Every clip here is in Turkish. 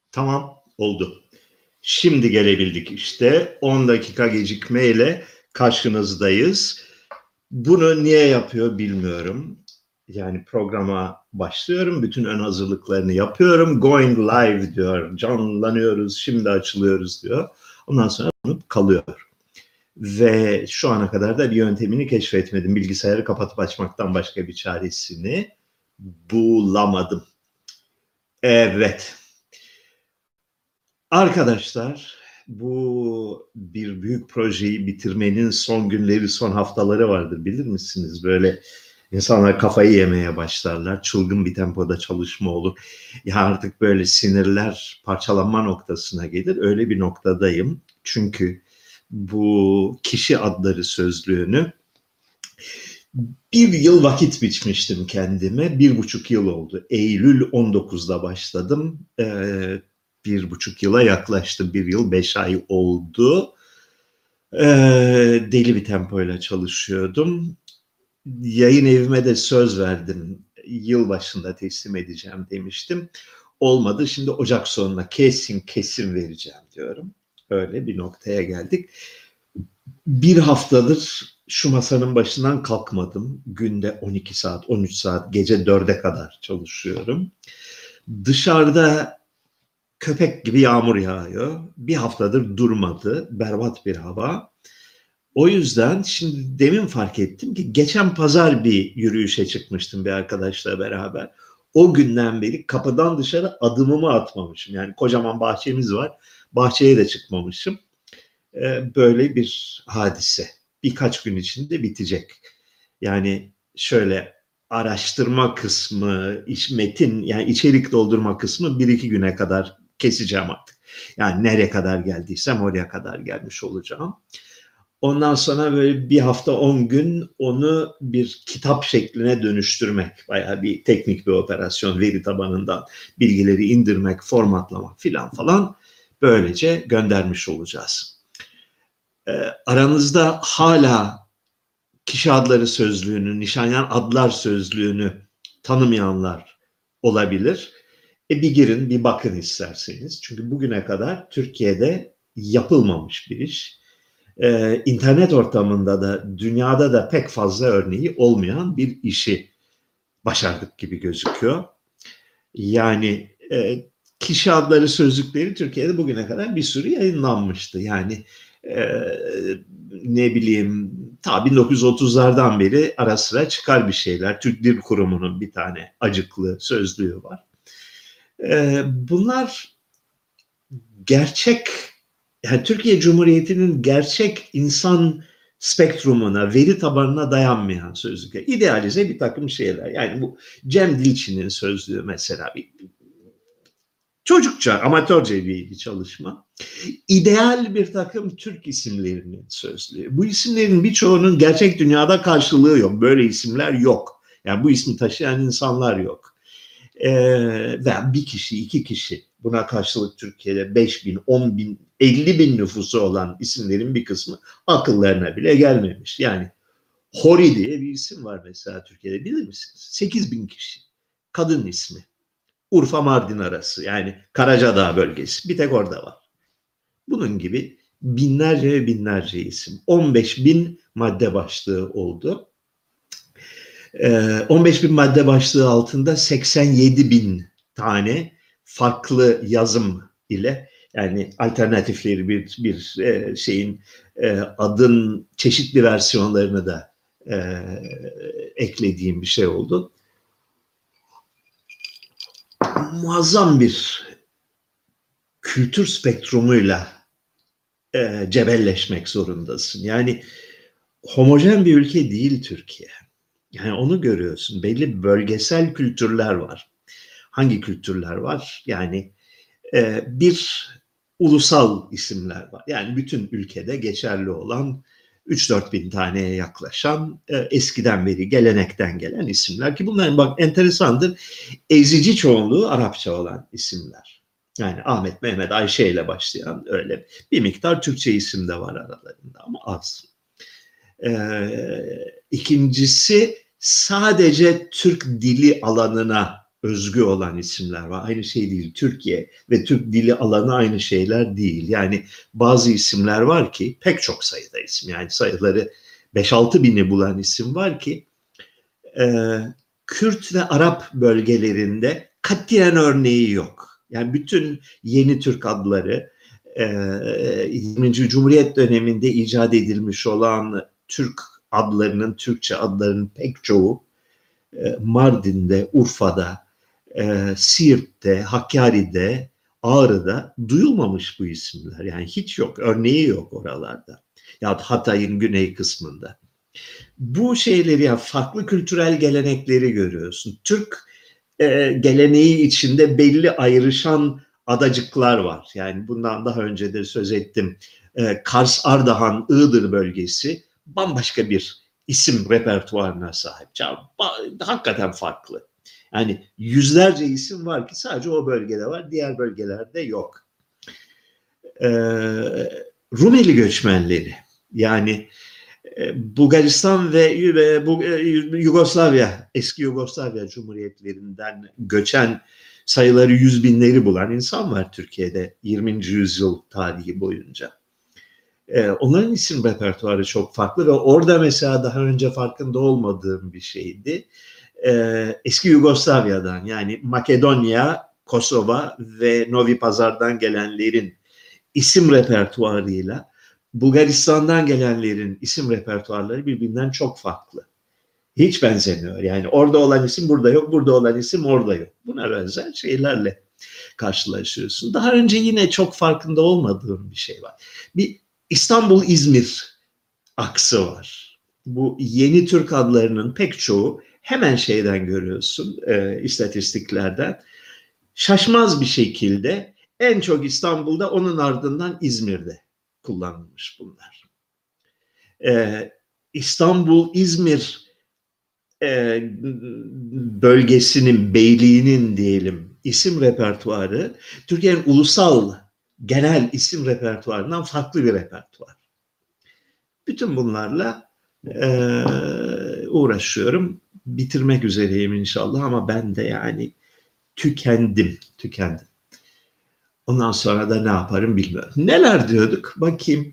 Tamam, oldu. Şimdi gelebildik işte. 10 dakika gecikmeyle karşınızdayız. Bunu niye yapıyor bilmiyorum. Yani programa başlıyorum. Bütün ön hazırlıklarını yapıyorum. Going live diyor. Canlanıyoruz, şimdi açılıyoruz diyor. Ondan sonra unutup kalıyor. Ve şu ana kadar da bir yöntemini keşfetmedim. Bilgisayarı kapatıp açmaktan başka bir çaresini bulamadım. Evet. Arkadaşlar, bu bir büyük projeyi bitirmenin son günleri, son haftaları vardır, bilir misiniz? Böyle insanlar kafayı yemeye başlarlar, çılgın bir tempoda çalışma olur. Ya artık böyle sinirler parçalanma noktasına gelir. Öyle bir noktadayım. Çünkü bu kişi adları sözlüğünü bir yıl vakit biçmiştim kendime. 1,5 yıl oldu. Eylül 19'da başladım. 1,5 yıla yaklaştı. 1 yıl 5 ay oldu. Deli bir tempoyla çalışıyordum. Yayın evime de söz verdim. Yıl başında teslim edeceğim demiştim. Olmadı. Şimdi Ocak sonuna kesin vereceğim diyorum. Öyle bir noktaya geldik. Bir haftadır şu masanın başından kalkmadım. Günde 12 saat, 13 saat, gece 4'e kadar çalışıyorum. Dışarıda köpek gibi yağmur yağıyor. Bir haftadır durmadı. Berbat bir hava. O yüzden şimdi demin fark ettim ki geçen pazar bir yürüyüşe çıkmıştım bir arkadaşla beraber. O günden beri kapıdan dışarı adımımı atmamışım. Yani kocaman bahçemiz var. Bahçeye de çıkmamışım. Böyle bir hadise. Birkaç gün içinde bitecek. Yani şöyle araştırma kısmı, metin yani içerik doldurma kısmı 1-2 güne kadar keseceğim artık. Yani nereye kadar geldiysem oraya kadar gelmiş olacağım. Ondan sonra böyle bir hafta 10 gün onu bir kitap şekline dönüştürmek. Bayağı bir teknik bir operasyon, veri tabanından bilgileri indirmek, formatlamak filan falan. Böylece göndermiş olacağız. Aranızda hala kişi adları sözlüğünü, Nişanyan adlar sözlüğünü tanımayanlar olabilir. Bir girin, bir bakın isterseniz. Çünkü bugüne kadar Türkiye'de yapılmamış bir iş. İnternet ortamında da, dünyada da pek fazla örneği olmayan bir işi başardık gibi gözüküyor. Yani kişi adları sözlükleri Türkiye'de bugüne kadar bir sürü yayınlanmıştı. Yani ne bileyim ta 1930'lardan beri ara sıra çıkar bir şeyler. Türk Dil Kurumu'nun bir tane acıklı sözlüğü var. Bunlar gerçek, yani Türkiye Cumhuriyeti'nin gerçek insan spektrumuna, veri tabanına dayanmayan sözlükler. İdealize bir takım şeyler. Yani bu Cem Dilçin'in sözlüğü mesela bir çocukça, amatörce bir çalışma. İdeal bir takım Türk isimlerinin sözlüğü. Bu isimlerin birçoğunun gerçek dünyada karşılığı yok. Böyle isimler yok. Yani bu ismi taşıyan insanlar yok. Ve bir kişi, iki kişi buna karşılık Türkiye'de 5 bin, 10 bin, 50 bin nüfusu olan isimlerin bir kısmı akıllarına bile gelmemiş. Yani Hori diye bir isim var mesela Türkiye'de, bilir misiniz? 8 bin kişi. Kadın ismi. Urfa Mardin arası, yani Karacadağ bölgesi. Bir tek orada var. Bunun gibi binlerce ve binlerce isim. 15 bin madde başlığı oldu. 15 bin madde başlığı altında 87 bin tane farklı yazım ile, yani alternatifleri bir şeyin adın çeşitli versiyonlarını da eklediğim bir şey oldu. Muazzam bir kültür spektrumuyla cebelleşmek zorundasın. Yani homojen bir ülke değil Türkiye. Yani onu görüyorsun. Belli bölgesel kültürler var. Hangi kültürler var? Yani bir ulusal isimler var. Yani bütün ülkede geçerli olan 3-4 bin taneye yaklaşan eskiden beri gelenekten gelen isimler ki bunların bak enteresandır, ezici çoğunluğu Arapça olan isimler. Yani Ahmet, Mehmet, Ayşe ile başlayan öyle bir miktar Türkçe isim de var aralarında ama az. İkincisi sadece Türk dili alanına özgü olan isimler var. Aynı şey değil. Türkiye ve Türk dili alanı aynı şeyler değil. Yani bazı isimler var ki pek çok sayıda isim. Yani sayıları 5-6 bini bulan isim var ki Kürt ve Arap bölgelerinde katiyen örneği yok. Yani bütün yeni Türk adları 20. Cumhuriyet döneminde icat edilmiş olan Türk adlarının, Türkçe adlarının pek çoğu Mardin'de, Urfa'da, Siirt'te, Hakkari'de, Ağrı'da duyulmamış bu isimler. Yani hiç yok, örneği yok oralarda. Ya Hatay'ın güney kısmında. Bu şeyleri, ya farklı kültürel gelenekleri görüyorsun. Türk geleneği içinde belli ayrışan adacıklar var. Yani bundan daha önce de söz ettim. Kars, Ardahan, Iğdır bölgesi bambaşka bir isim repertuarına sahip. Hakikaten farklı. Yani yüzlerce isim var ki sadece o bölgede var, diğer bölgelerde yok. Rumeli göçmenleri, yani Bulgaristan ve Yugoslavya, eski Yugoslavya Cumhuriyetlerinden göçen sayıları yüz binleri bulan insan var Türkiye'de 20. yüzyıl tarihi boyunca. Onların isim repertuarı çok farklı ve orada mesela daha önce farkında olmadığım bir şeydi. Eski Yugoslavya'dan, yani Makedonya, Kosova ve Novi Pazar'dan gelenlerin isim repertuarıyla Bulgaristan'dan gelenlerin isim repertuarları birbirinden çok farklı. Hiç benzemiyor. Yani orada olan isim burada yok, burada olan isim orada yok. Buna benzer şeylerle karşılaşıyorsun. Daha önce yine çok farkında olmadığım bir şey var. Bir İstanbul-İzmir aksı var. Bu yeni Türk adlarının pek çoğu hemen şeyden görüyorsun, istatistiklerden. Şaşmaz bir şekilde en çok İstanbul'da, onun ardından İzmir'de kullanılmış bunlar. İstanbul-İzmir bölgesinin, beyliğinin diyelim isim repertuarı Türkiye'nin ulusal genel isim repertuarından farklı bir repertuar. Bütün bunlarla uğraşıyorum. Bitirmek üzereyim inşallah ama ben de yani tükendim. Ondan sonra da ne yaparım bilmiyorum. Neler diyorduk? Bakayım.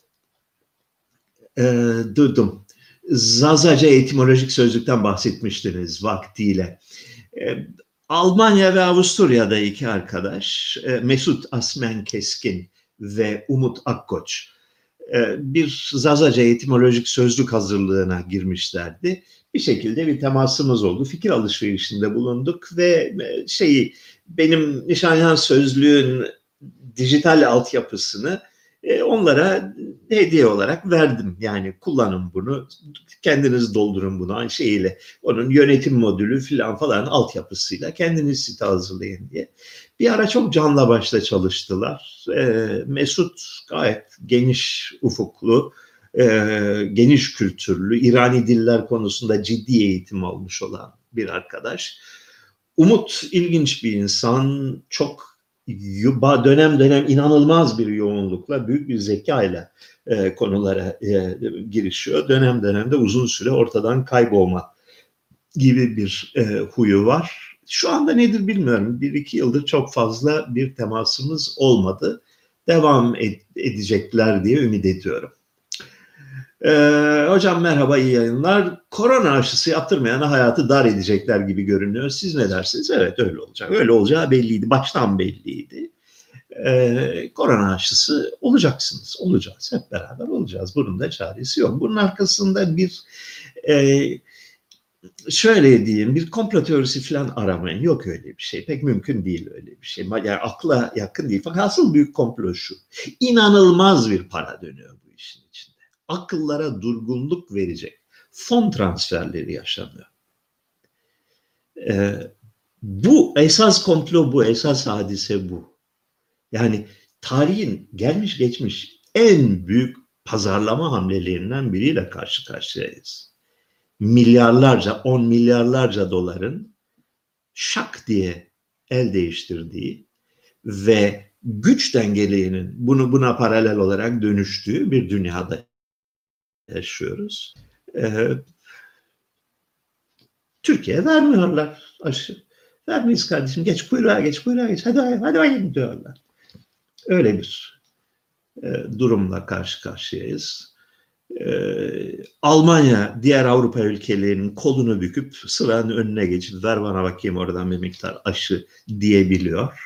Duydum. Zazaca etimolojik sözlükten bahsetmiştiniz vaktiyle. Almanya ve Avusturya'da iki arkadaş, Mesut Asmen Keskin ve Umut Akkoç, bir Zazaca etimolojik sözlük hazırlığına girmişlerdi. Bir şekilde bir temasımız oldu. Fikir alışverişinde bulunduk ve benim Nişanyan Sözlüğün dijital altyapısını onlara hediye olarak verdim. Yani kullanın bunu, kendiniz doldurun bunu aynı şeyiyle. Onun yönetim modülü falan altyapısıyla kendiniz site hazırlayın diye. Bir ara çok canla başla çalıştılar. Mesut gayet geniş ufuklu, geniş kültürlü, İrani diller konusunda ciddi eğitim almış olan bir arkadaş. Umut ilginç bir insan, çok dönem dönem inanılmaz bir yoğunlukla, büyük bir zekayla konulara girişiyor. Dönem dönem de uzun süre ortadan kaybolma gibi bir huyu var. Şu anda nedir bilmiyorum. 1-2 yıldır çok fazla bir temasımız olmadı. Devam edecekler diye ümit ediyorum. Hocam merhaba, iyi yayınlar. Korona aşısı yaptırmayana hayatı dar edecekler gibi görünüyor. Siz ne dersiniz? Evet, öyle olacak. Öyle olacağı belliydi. Baştan belliydi. Korona aşısı olacaksınız. Olacağız. Hep beraber olacağız. Bunun da çaresi yok. Bunun arkasında bir şöyle diyeyim, bir komplo teorisi falan aramayın. Yok öyle bir şey. Pek mümkün değil öyle bir şey. Yani akla yakın değil. Fakat asıl büyük komplo şu: İnanılmaz bir para dönüyor bu işin içinde. Akıllara durgunluk verecek fon transferleri yaşanıyor. Bu esas komplo, bu esas hadise bu. Yani tarihin gelmiş geçmiş en büyük pazarlama hamlelerinden biriyle karşı karşıyayız. Milyarlarca, 10 milyarlarca doların şak diye el değiştirdiği ve güç dengelerinin buna paralel olarak dönüştüğü bir dünyada yaşıyoruz. Türkiye vermiyorlar aşı. Vermeyiz kardeşim, geç kuyruğa geç, kuyruğa geç, hadi hadi diyorlar. Öyle bir durumla karşı karşıyayız. Almanya diğer Avrupa ülkelerinin kolunu büküp sıranın önüne geçip ver bana bakayım oradan bir miktar aşı diyebiliyor.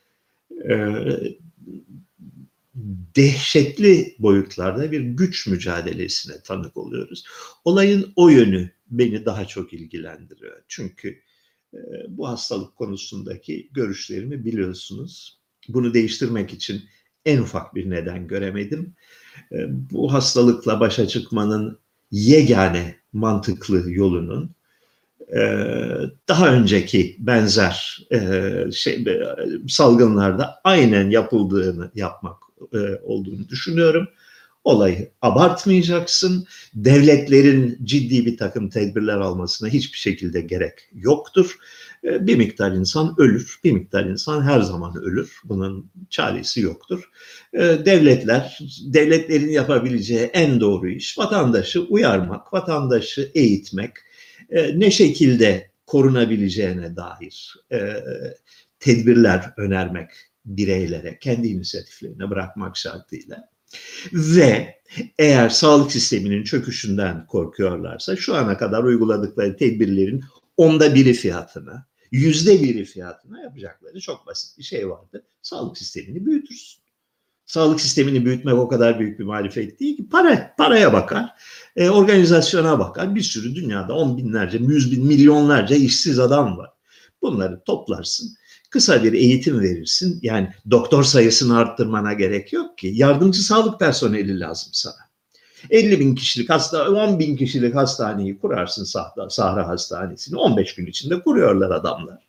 Dehşetli boyutlarda bir güç mücadelesine tanık oluyoruz. Olayın o yönü beni daha çok ilgilendiriyor. Çünkü bu hastalık konusundaki görüşlerimi biliyorsunuz. Bunu değiştirmek için en ufak bir neden göremedim. Bu hastalıkla başa çıkmanın yegane mantıklı yolunun daha önceki benzer salgınlarda aynen yapıldığını yapmak olduğunu düşünüyorum. Olayı abartmayacaksın. Devletlerin ciddi bir takım tedbirler almasına hiçbir şekilde gerek yoktur. Bir miktar insan ölür, bir miktar insan her zaman ölür. Bunun çaresi yoktur. Devletlerin yapabileceği en doğru iş vatandaşı uyarmak, vatandaşı eğitmek, ne şekilde korunabileceğine dair tedbirler önermek bireylere, kendi inisiyatiflerine bırakmak şartıyla. Ve eğer sağlık sisteminin çöküşünden korkuyorlarsa şu ana kadar uyguladıkları tedbirlerin 1/10 fiyatına, 100% fiyatına yapacakları çok basit bir şey vardı. Sağlık sistemini büyütürsün. Sağlık sistemini büyütmek o kadar büyük bir marifet değil ki. Paraya bakar, organizasyona bakar. Bir sürü dünyada 10 binlerce, 100 bin, milyonlarca işsiz adam var. Bunları toplarsın. Kısa bir eğitim verirsin. Yani doktor sayısını arttırmana gerek yok ki. Yardımcı sağlık personeli lazım sana. 50 bin kişilik 10 bin kişilik hastaneyi kurarsın, Sahra Hastanesi'ni. 15 gün içinde kuruyorlar adamlar.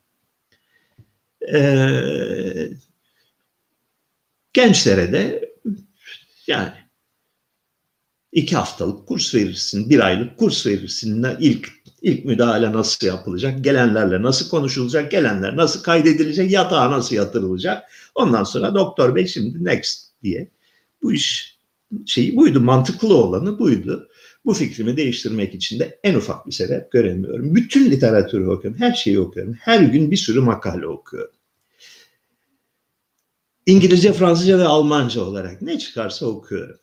Gençlere de yani 2 haftalık kurs verirsin, 1 aylık kurs verirsin. İlk müdahale nasıl yapılacak, gelenlerle nasıl konuşulacak, gelenler nasıl kaydedilecek, yatağa nasıl yatırılacak. Ondan sonra doktor bey şimdi next diye. Bu iş buydu, mantıklı olanı buydu. Bu fikrimi değiştirmek için de en ufak bir sebep göremiyorum. Bütün literatürü okuyorum, her şeyi okuyorum. Her gün bir sürü makale okuyorum. İngilizce, Fransızca ve Almanca olarak ne çıkarsa okuyorum.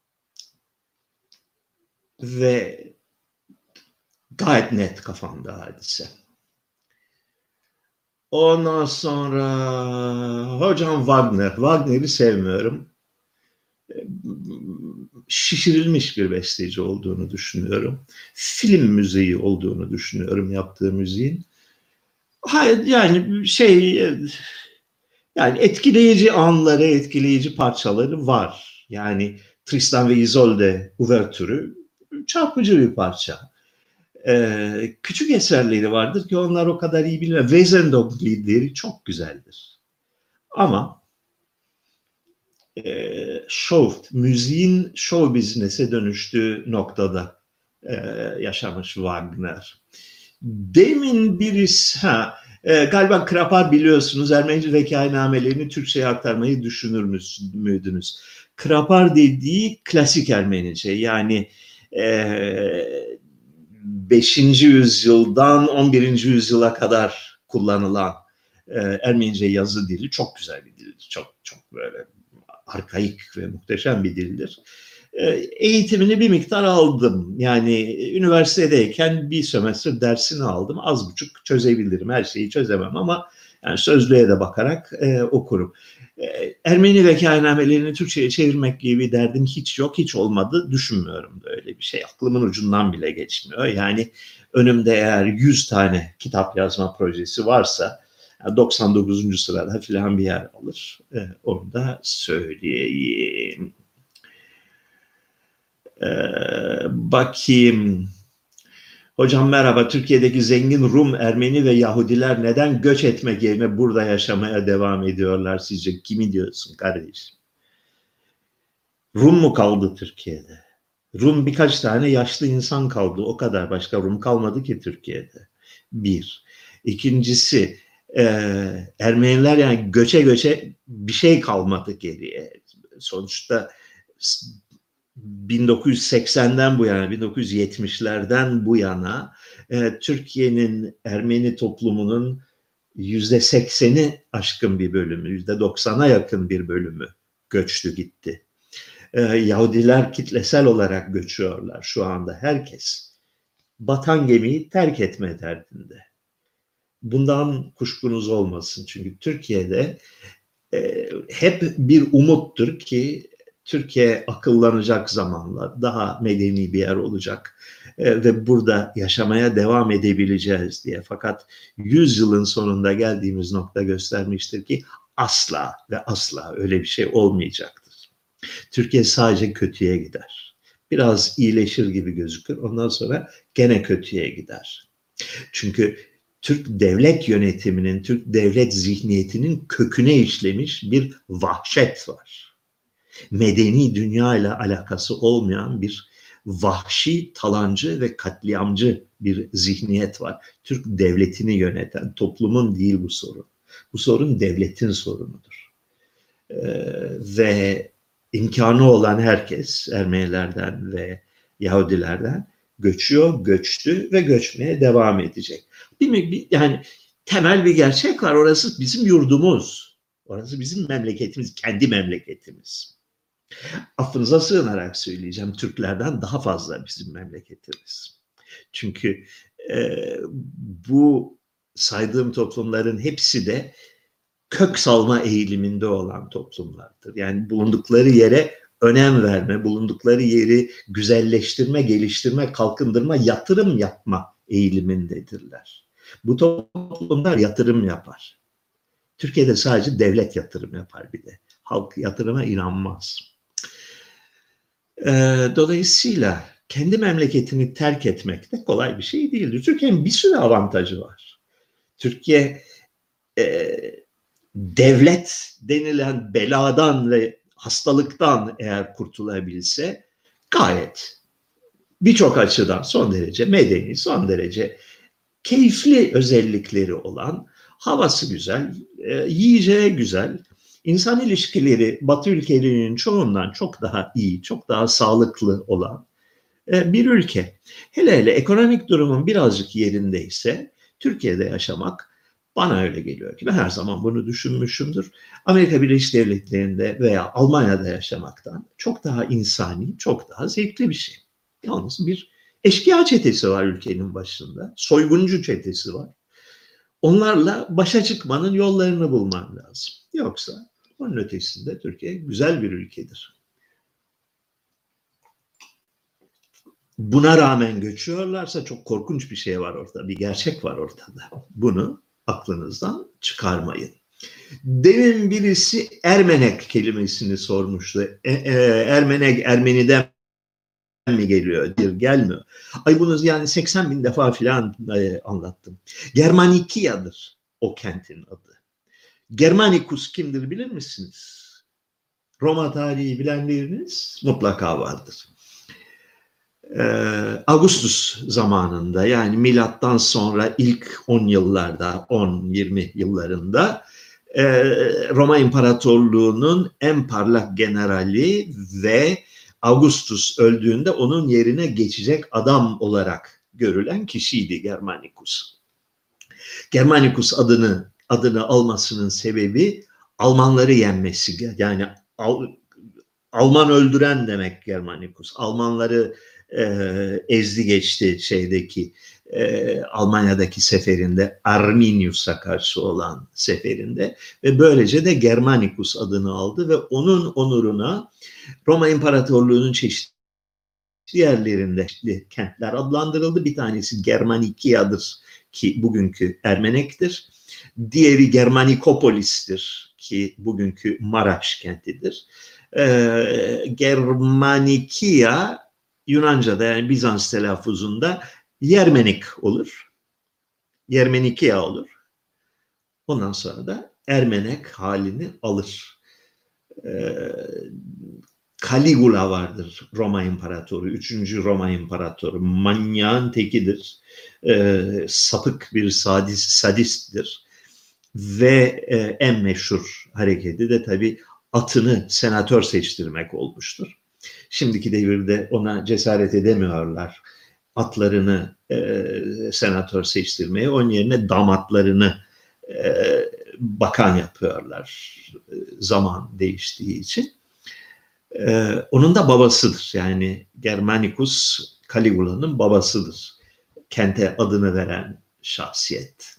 Ve gayet net kafamda hadise. Ondan sonra hocam Wagner'i sevmiyorum. Şişirilmiş bir besteci olduğunu düşünüyorum. Film müziği olduğunu düşünüyorum yaptığı müziğin. Hayır yani etkileyici anları, etkileyici parçaları var. Yani Tristan ve Isolde uvertürü çarpıcı bir parça. Küçük eserleri vardır ki onlar o kadar iyi bilinmez. Wezendonck-Liedleri çok güzeldir. Ama müziğin show business'e dönüştüğü noktada yaşamış Wagner. Demin galiba Krapar biliyorsunuz Ermenice vekainamelerini Türkçe'ye aktarmayı düşünür müydünüz? Krapar dediği klasik Ermenice yani 5. yüzyıldan 11. yüzyıla kadar kullanılan Ermenice yazı dili çok güzel bir dildir. Çok böyle arkaik ve muhteşem bir dildir. Eğitimini bir miktar aldım. Yani üniversitedeyken bir sömestr dersini aldım. Az buçuk çözebilirim. Her şeyi çözemem ama yani sözlüğe de bakarak okurum. Ermeni vekainamelerini Türkçe'ye çevirmek gibi bir derdim hiç yok, hiç olmadı. Düşünmüyorum böyle bir şey. Aklımın ucundan bile geçmiyor. Yani önümde eğer 100 tane kitap yazma projesi varsa 99. sırada filan bir yer alır. Onu da söyleyeyim. Bakayım. Hocam merhaba. Türkiye'deki zengin Rum, Ermeni ve Yahudiler neden göç etmek yerine burada yaşamaya devam ediyorlar sizce? Kimi diyorsun kardeşim? Rum mu kaldı Türkiye'de? Rum birkaç tane yaşlı insan kaldı. O kadar. Başka Rum kalmadı ki Türkiye'de. Bir. İkincisi Ermeniler yani göçe bir şey kalmadı geriye. Sonuçta 1980'den bu yana, 1970'lerden bu yana Türkiye'nin Ermeni toplumunun %80'i aşkın bir bölümü, %90'a yakın bir bölümü göçtü gitti. Yahudiler kitlesel olarak göçüyorlar şu anda, herkes. Batan gemiyi terk etme derdinde. Bundan kuşkunuz olmasın. Çünkü Türkiye'de hep bir umuttur ki Türkiye akıllanacak zamanla daha medeni bir yer olacak ve burada yaşamaya devam edebileceğiz diye. Fakat 100 yılın sonunda geldiğimiz nokta göstermiştir ki asla ve asla öyle bir şey olmayacaktır. Türkiye sadece kötüye gider. Biraz iyileşir gibi gözükür. Ondan sonra gene kötüye gider. Çünkü Türk devlet yönetiminin, Türk devlet zihniyetinin köküne işlemiş bir vahşet var. Medeni dünya ile alakası olmayan bir vahşi, talancı ve katliamcı bir zihniyet var. Türk devletini yöneten toplumun değil bu sorun. Bu sorun devletin sorunudur. Ve imkanı olan herkes, Ermenilerden ve Yahudilerden göçüyor, göçtü ve göçmeye devam edecek. Değil mi? Yani temel bir gerçek var. Orası bizim yurdumuz. Orası bizim memleketimiz, kendi memleketimiz. Affınıza sığınarak söyleyeceğim, Türklerden daha fazla bizim memleketimiz. Çünkü bu saydığım toplumların hepsi de kök salma eğiliminde olan toplumlardır. Yani bulundukları yere önem verme, bulundukları yeri güzelleştirme, geliştirme, kalkındırma, yatırım yapma eğilimindedirler. Bu toplumlar yatırım yapar. Türkiye'de sadece devlet yatırım yapar bir de. Halk yatırıma inanmaz. Dolayısıyla kendi memleketini terk etmek de kolay bir şey değildir. Türkiye'nin bir sürü avantajı var. Türkiye devlet denilen beladan ve hastalıktan eğer kurtulabilse gayet birçok açıdan son derece medeni, son derece keyifli özellikleri olan, havası güzel, yiyeceği güzel, insan ilişkileri Batı ülkelerinin çoğundan çok daha iyi, çok daha sağlıklı olan bir ülke. Hele hele ekonomik durumun birazcık yerindeyse Türkiye'de yaşamak bana öyle geliyor ki ben her zaman bunu düşünmüşümdür. Amerika Birleşik Devletleri'nde veya Almanya'da yaşamaktan çok daha insani, çok daha zevkli bir şey. Yalnız bir eşkıya çetesi var ülkenin başında. Soyguncu çetesi var. Onlarla başa çıkmanın yollarını bulman lazım. Yoksa onun ötesinde Türkiye güzel bir ülkedir. Buna rağmen göçüyorlarsa çok korkunç bir şey var ortada, bir gerçek var ortada. Bunu aklınızdan çıkarmayın. Demin birisi Ermenek kelimesini sormuştu. Ermenek, Ermeniden mi geliyor? Gelmiyor. Ay bunu yani 80 bin defa filan anlattım. Germanikia'dır o kentin adı. Germanicus kimdir bilir misiniz? Roma tarihi bilenleriniz mutlaka vardır. Augustus zamanında, yani milattan sonra ilk 10 yıllarda, 10-20 yıllarında Roma İmparatorluğu'nun en parlak generali ve Augustus öldüğünde onun yerine geçecek adam olarak görülen kişiydi Germanicus. Germanicus adını almasının sebebi Almanları yenmesi. Yani Alman öldüren demek Germanicus. Almanları ezdi geçti Almanya'daki seferinde, Arminius'a karşı olan seferinde ve böylece de Germanicus adını aldı ve onun onuruna Roma İmparatorluğu'nun çeşitli yerlerinde kentler adlandırıldı. Bir tanesi Germanikia'dır ki bugünkü Ermenek'tir. Diğeri Germanikopolis'tir ki bugünkü Maraş kentidir. Germanikia Yunanca'da, yani Bizans telaffuzunda Yermenik olur. Yermenikia olur. Ondan sonra da Ermenek halini alır. Caligula vardır, Roma İmparatoru. 3. Roma İmparatoru. Manyağın tekidir. Sapık bir sadisttir. Ve en meşhur hareketi de tabii atını senatör seçtirmek olmuştur. Şimdiki devirde ona cesaret edemiyorlar. Atlarını senatör seçtirmeye, onun yerine damatlarını bakan yapıyorlar zaman değiştiği için. Onun da babasıdır. Yani Germanicus Caligula'nın babasıdır. Kente adını veren şahsiyet.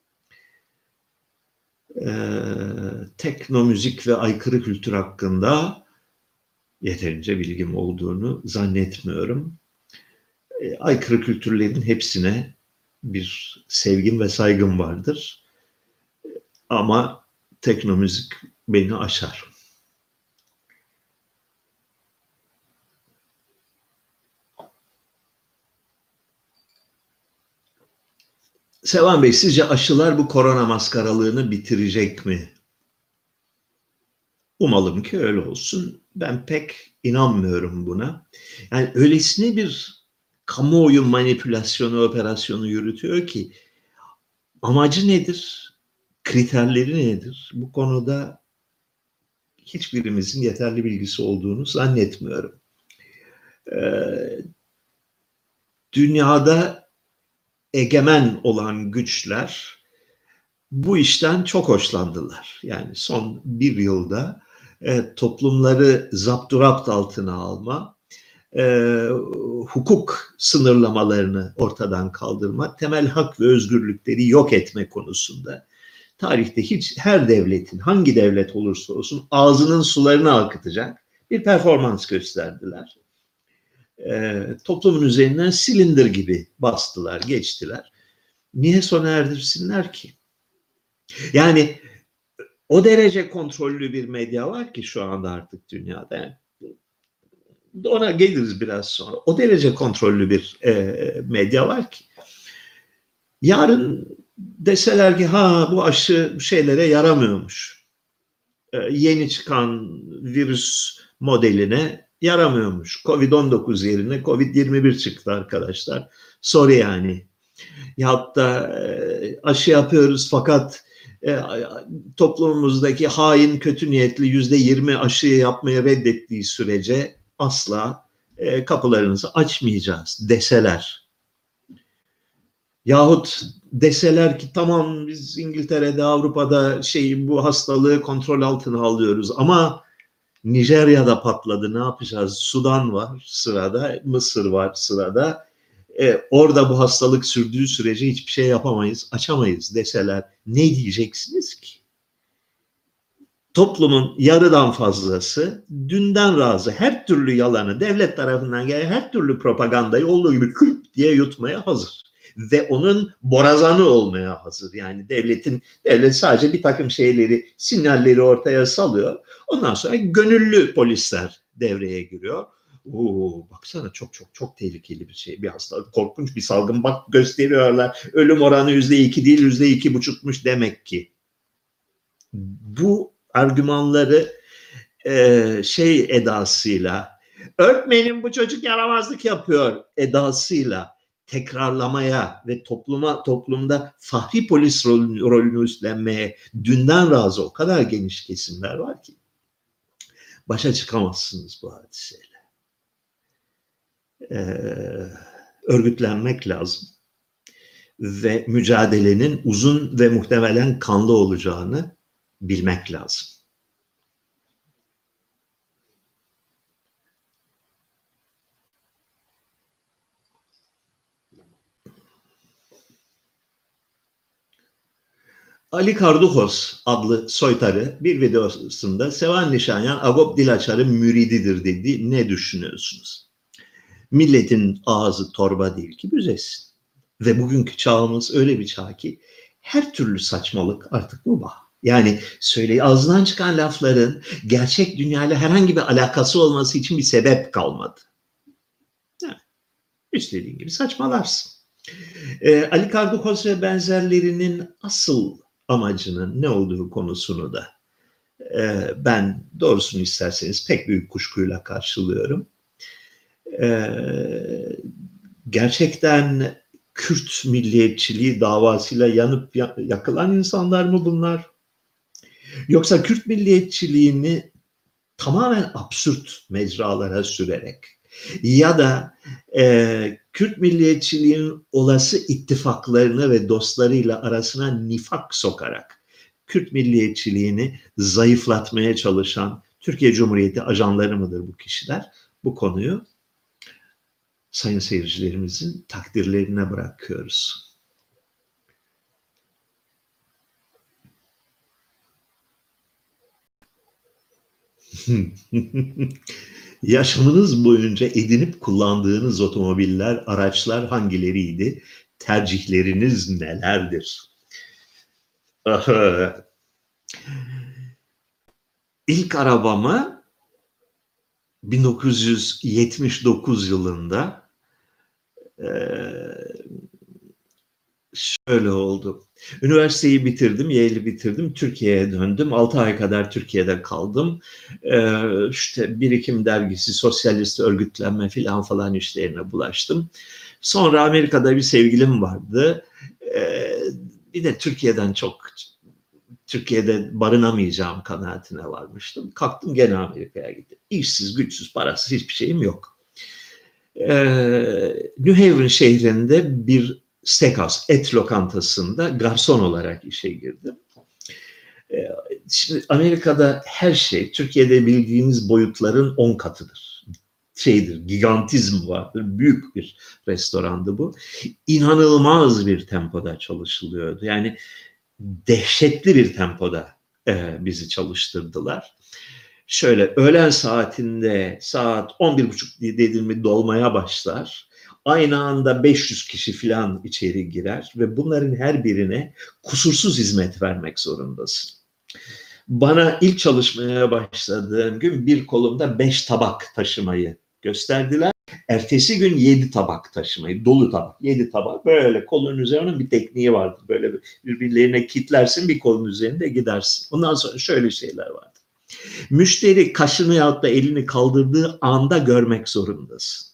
Teknomüzik ve aykırı kültür hakkında yeterince bilgim olduğunu zannetmiyorum. Aykırı kültürlerin hepsine bir sevgim ve saygım vardır. Ama teknomüzik beni aşar. Sevan Bey, sizce aşılar bu korona maskaralığını bitirecek mi? Umalım ki öyle olsun. Ben pek inanmıyorum buna. Yani öylesine bir kamuoyu manipülasyonu operasyonu yürütüyor ki amacı nedir? Kriterleri nedir? Bu konuda hiçbirimizin yeterli bilgisi olduğunu zannetmiyorum. Dünyada egemen olan güçler bu işten çok hoşlandılar. Yani son bir yılda toplumları zapturapt altına alma, hukuk sınırlamalarını ortadan kaldırma, temel hak ve özgürlükleri yok etme konusunda tarihte her devletin, hangi devlet olursa olsun ağzının sularını akıtacak bir performans gösterdiler. Toplumun üzerinden silindir gibi bastılar, geçtiler. Niye sona erdirsinler ki? Yani o derece kontrollü bir medya var ki şu anda artık dünyada. Yani ona geliriz biraz sonra. O derece kontrollü bir medya var ki. Yarın deseler ki bu aşı şeylere yaramıyormuş. Yeni çıkan virüs modeline yaramıyormuş. Covid-19 yerine Covid-21 çıktı arkadaşlar. Sorry yani. Ya da aşı yapıyoruz fakat toplumumuzdaki hain, kötü niyetli %20 aşıyı yapmayı reddettiği sürece asla kapılarınızı açmayacağız deseler. Yahut deseler ki tamam biz İngiltere'de, Avrupa'da bu hastalığı kontrol altına alıyoruz ama Nijerya'da patladı, ne yapacağız? Sudan var sırada, Mısır var sırada. Orada bu hastalık sürdüğü sürece hiçbir şey yapamayız, açamayız deseler ne diyeceksiniz ki? Toplumun yarıdan fazlası dünden razı, her türlü yalanı, devlet tarafından gelen her türlü propagandayı olduğu gibi kırp diye yutmaya hazır. Ve onun borazanı olmaya hazır. Yani devlet sadece bir takım sinyalleri ortaya salıyor. Ondan sonra gönüllü polisler devreye giriyor. Baksana çok tehlikeli bir şey, bir hastalık, korkunç bir salgın, bak gösteriyorlar, ölüm oranı %2 değil %2,5'muş demek ki. Bu argümanları edasıyla, öğretmenim bu çocuk yaramazlık yapıyor edasıyla tekrarlamaya ve toplumda fahri polis rolünü üstlenmeye dünden razı o kadar geniş kesimler var ki başa çıkamazsınız bu hadiseyle. Örgütlenmek lazım ve mücadelenin uzun ve muhtemelen kanlı olacağını bilmek lazım. Ali Kardukos adlı soytarı bir videosunda Sevan Nişanyan Agop Dilaçar'ın mürididir dedi. Ne düşünüyorsunuz? Milletin ağzı torba değil ki büzesin. Ve bugünkü çağımız öyle bir çağ ki her türlü saçmalık artık mübah. Yani ağzından çıkan lafların gerçek dünyayla herhangi bir alakası olması için bir sebep kalmadı. Yani, istediğin gibi saçmalarsın. Ali Kardukos ve benzerlerinin asıl amacının ne olduğu konusunu da ben doğrusunu isterseniz pek büyük kuşkuyla karşılıyorum. Gerçekten Kürt milliyetçiliği davasıyla yanıp yakılan insanlar mı bunlar? Yoksa Kürt milliyetçiliğini tamamen absürt mecralara sürerek Ya da Kürt milliyetçiliğinin olası ittifaklarını ve dostlarıyla arasına nifak sokarak Kürt milliyetçiliğini zayıflatmaya çalışan Türkiye Cumhuriyeti ajanları mıdır bu kişiler? Bu konuyu sayın seyircilerimizin takdirlerine bırakıyoruz. Yaşamınız boyunca edinip kullandığınız otomobiller, araçlar hangileriydi? Tercihleriniz nelerdir? İlk arabamı 1979 yılında şöyle oldu. Üniversiteyi bitirdim, Yale'i bitirdim, Türkiye'ye döndüm. 6 ay kadar Türkiye'de kaldım. İşte Birikim Dergisi, sosyalist örgütlenme falan işlerine bulaştım. Sonra Amerika'da bir sevgilim vardı. Bir de Türkiye'de barınamayacağım kanaatine varmıştım. Kalktım gene Amerika'ya gittim. İşsiz, güçsüz, parasız hiçbir şeyim yok. New Haven şehrinde bir steakhouse, et lokantasında garson olarak işe girdim. Şimdi Amerika'da her şey Türkiye'de bildiğimiz boyutların 10 katıdır. Gigantizm vardır. Büyük bir restorandı bu. İnanılmaz bir tempoda çalışılıyordu. Yani dehşetli bir tempoda bizi çalıştırdılar. Şöyle öğlen saatinde saat 11.30 dedim mi dolmaya başlar. Aynı anda 500 kişi falan içeri girer ve bunların her birine kusursuz hizmet vermek zorundasın. Bana ilk çalışmaya başladığım gün bir kolumda 5 tabak taşımayı gösterdiler. Ertesi gün 7 tabak taşımayı, dolu tabak, 7 tabak böyle kolun üzerine bir tekniği vardı. Böyle birbirlerine kitlersin bir kolun üzerinde gidersin. Ondan sonra şöyle şeyler vardı. Müşteri kaşını yahut da elini kaldırdığı anda görmek zorundasın.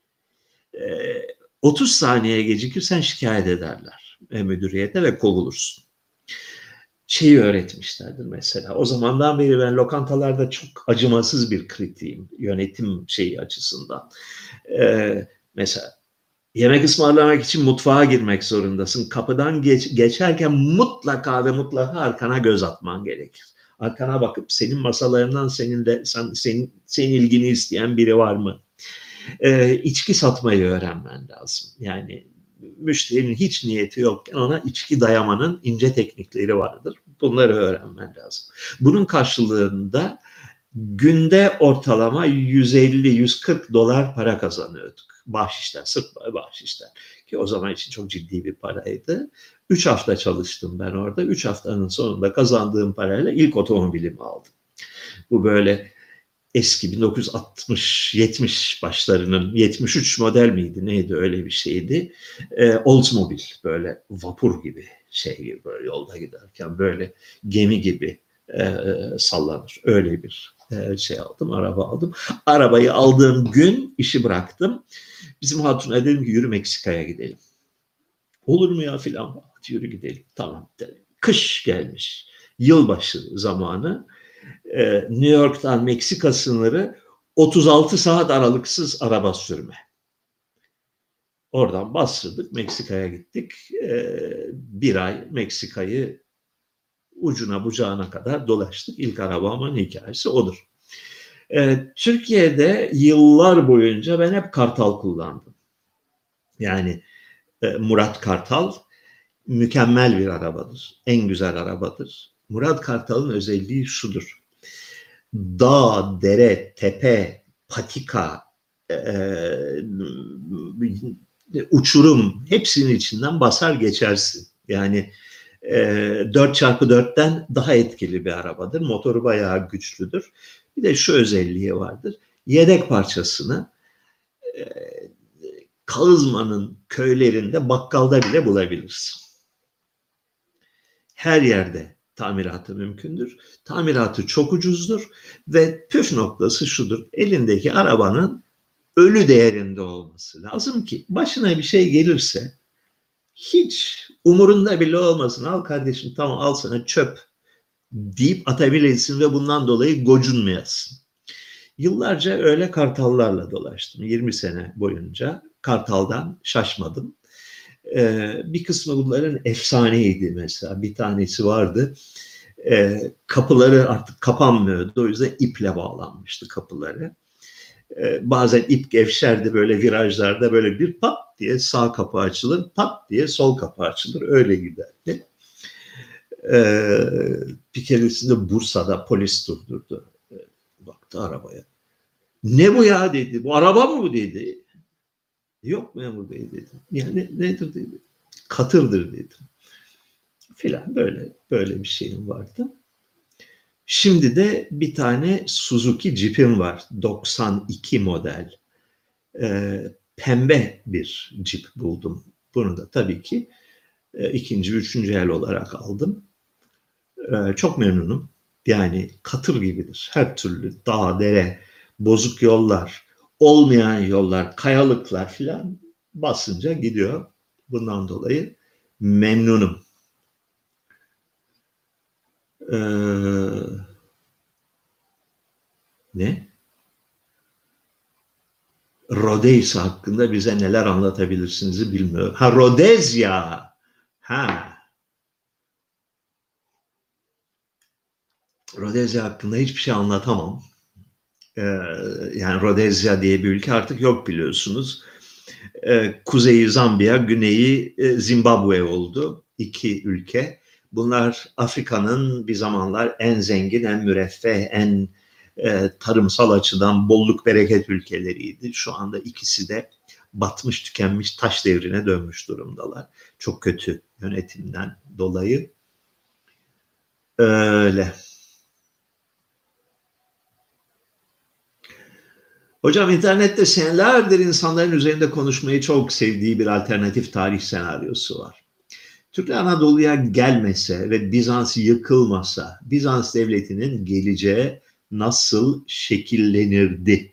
30 saniye gecikirsen şikayet ederler müdüriyete ve kovulursun. Şeyi öğretmişlerdir mesela. O zamandan beri ben lokantalarda çok acımasız bir kritiğim. Yönetim şeyi açısından. Mesela yemek ısmarlamak için mutfağa girmek zorundasın. Kapıdan geçerken mutlaka ve mutlaka arkana göz atman gerekir. Arkana bakıp senin masalarından senin ilgini isteyen biri var mı? İçki satmayı öğrenmen lazım. Yani müşterinin hiç niyeti yokken ona içki dayamanın ince teknikleri vardır. Bunları öğrenmen lazım. Bunun karşılığında günde ortalama 150-140 dolar para kazanıyorduk. Bahşişten, sırf bahşişten. Ki o zaman için çok ciddi bir paraydı. 3 hafta çalıştım ben orada. 3 haftanın sonunda kazandığım parayla ilk otomobilimi aldım. Bu böyle eski 1960-70 başlarının 73 model miydi neydi öyle bir şeydi. Oldsmobile böyle vapur gibi şey gibi böyle yolda giderken böyle gemi gibi sallanır. Öyle bir şey aldım, araba aldım. Arabayı aldığım gün işi bıraktım. Bizim hatuna dedim ki yürü Meksika'ya gidelim. Olur mu ya filan? Yürü gidelim. Tamam dedim. Kış gelmiş. Yılbaşı zamanı. New York'tan Meksika sınırı 36 saat aralıksız araba sürme. Oradan bastırdık Meksika'ya gittik. Bir ay Meksika'yı ucuna bucağına kadar dolaştık. İlk arabamın hikayesi odur. Türkiye'de yıllar boyunca ben hep Kartal kullandım. Yani Murat Kartal mükemmel bir arabadır. En güzel arabadır. Murat Kartal'ın özelliği şudur. Dağ, dere, tepe, patika, uçurum hepsinin içinden basar geçersin. Yani 4x4'ten daha etkili bir arabadır. Motoru bayağı güçlüdür. Bir de şu özelliği vardır. Yedek parçasını Kağızman'ın köylerinde bakkalda bile bulabilirsin. Her yerde tamiratı mümkündür. Tamiratı çok ucuzdur ve püf noktası şudur. Elindeki arabanın ölü değerinde olması lazım ki başına bir şey gelirse hiç umurunda bile olmasın. Al kardeşim tamam al sana çöp deyip atabilesin ve bundan dolayı gocunmayasın. Yıllarca öyle kartallarla dolaştım. 20 sene boyunca kartaldan şaşmadım. Bir kısmı bunların efsaneydi mesela. Bir tanesi vardı. Kapıları artık kapanmıyordu. O yüzden iple bağlanmıştı kapıları. Bazen ip gevşerdi böyle virajlarda, böyle bir pat diye sağ kapı açılır, pat diye sol kapı açılır. Öyle giderdi. Bir keresinde Bursa'da polis durdurdu. Baktı arabaya. Ne bu ya dedi. Bu araba mı bu dedi. Yok memur bey dedim. Yani nedir dedi. Katırdır dedim. Filan böyle bir şeyim vardı. Şimdi de bir tane Suzuki Jeep'im var. 92 model. Pembe bir Jeep buldum. Bunu da tabii ki ikinci, üçüncü el olarak aldım. Çok memnunum. Yani katır gibidir. Her türlü dağ, dere, bozuk yollar, olmayan yollar, kayalıklar filan basınca gidiyor. Bundan dolayı memnunum. Ne? Rodezya hakkında bize neler anlatabilirsiniz bilmiyorum. Ha, Rodezya. Ha. Rodezya hakkında hiçbir şey anlatamam. Yani Rodezya diye bir ülke artık yok biliyorsunuz. Kuzeyi Zambiya, güneyi Zimbabwe oldu. İki ülke. Bunlar Afrika'nın bir zamanlar en zengin, en müreffeh, en tarımsal açıdan bolluk bereket ülkeleriydi. Şu anda ikisi de batmış, tükenmiş, taş devrine dönmüş durumdalar. Çok kötü yönetimden dolayı. Öyle. Hocam internette senelerdir insanların üzerinde konuşmayı çok sevdiği bir alternatif tarih senaryosu var. Türkler Anadolu'ya gelmese ve Bizans yıkılmasa, Bizans devletinin geleceği nasıl şekillenirdi?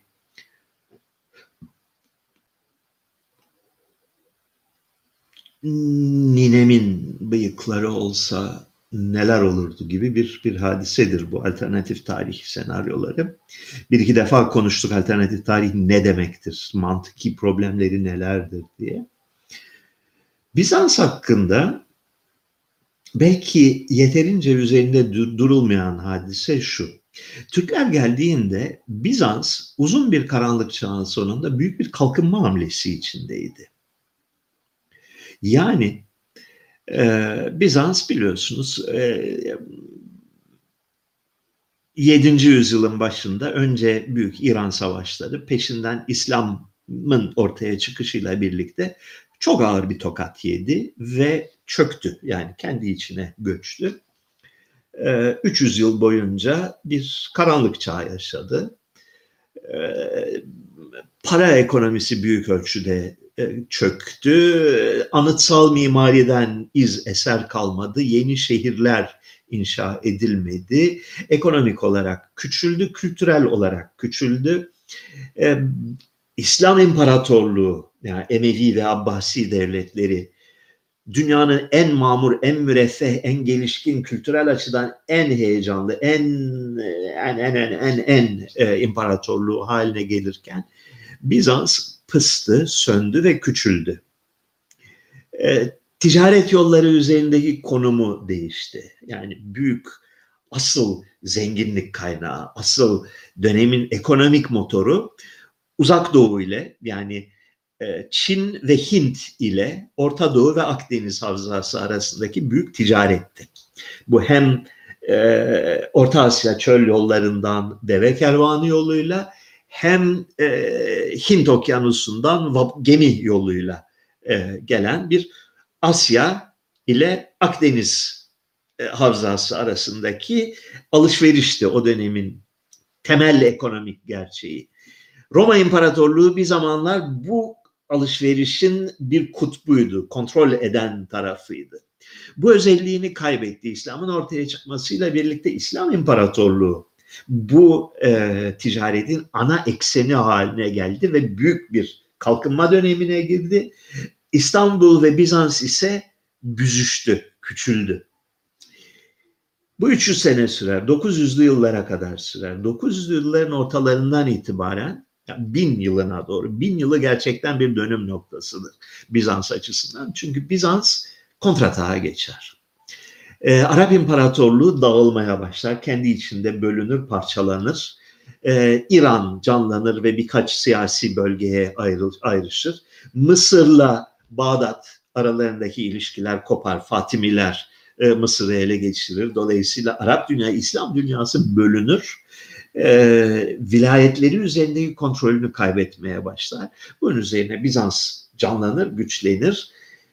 Ninemin bıyıkları olsa neler olurdu gibi bir hadisedir bu alternatif tarih senaryoları. Bir iki defa konuştuk alternatif tarih ne demektir, mantıki problemleri nelerdir diye. Bizans hakkında belki yeterince üzerinde durulmayan hadise şu. Türkler geldiğinde Bizans uzun bir karanlık çağın sonunda büyük bir kalkınma hamlesi içindeydi. Yani Bizans biliyorsunuz 7. yüzyılın başında önce büyük İran savaşları, peşinden İslam'ın ortaya çıkışıyla birlikte çok ağır bir tokat yedi ve çöktü. Yani kendi içine göçtü. 300 yıl boyunca bir karanlık çağ yaşadı. Para ekonomisi büyük ölçüde çöktü. Anıtsal mimariden iz eser kalmadı. Yeni şehirler inşa edilmedi. Ekonomik olarak küçüldü, kültürel olarak küçüldü. İslam İmparatorluğu, yani Emevi ve Abbasi devletleri dünyanın en mamur, en müreffeh, en gelişkin, kültürel açıdan en heyecanlı, en imparatorluğu haline gelirken Bizans pıstı, söndü ve küçüldü. Ticaret yolları üzerindeki konumu değişti. Yani büyük, asıl zenginlik kaynağı, asıl dönemin ekonomik motoru Uzak Doğu ile, yani Çin ve Hint ile Orta Doğu ve Akdeniz havzası arasındaki büyük ticaretti. Bu hem Orta Asya çöl yollarından deve kervanı yoluyla hem Hint okyanusundan gemi yoluyla gelen bir Asya ile Akdeniz havzası arasındaki alışverişti o dönemin temel ekonomik gerçeği. Roma İmparatorluğu bir zamanlar bu alışverişin bir kutbuydu, kontrol eden tarafıydı. Bu özelliğini kaybetti. İslam'ın ortaya çıkmasıyla birlikte İslam İmparatorluğu bu ticaretin ana ekseni haline geldi ve büyük bir kalkınma dönemine girdi. İstanbul ve Bizans ise büzüştü, küçüldü. Bu 300 sene sürer. 900'lü yıllara kadar sürer. 900'lü yılların ortalarından itibaren yani 1000 yılına doğru. 1000 yılı gerçekten bir dönüm noktasıdır Bizans açısından. Çünkü Bizans kontratağa geçer. Arap İmparatorluğu dağılmaya başlar. Kendi içinde bölünür, parçalanır. İran canlanır ve birkaç siyasi bölgeye ayrışır. Mısır'la Bağdat aralarındaki ilişkiler kopar. Fatimiler Mısır'ı ele geçirir. Dolayısıyla Arap dünya, İslam dünyası bölünür. Vilayetleri üzerindeki kontrolünü kaybetmeye başlar. Bunun üzerine Bizans canlanır, güçlenir.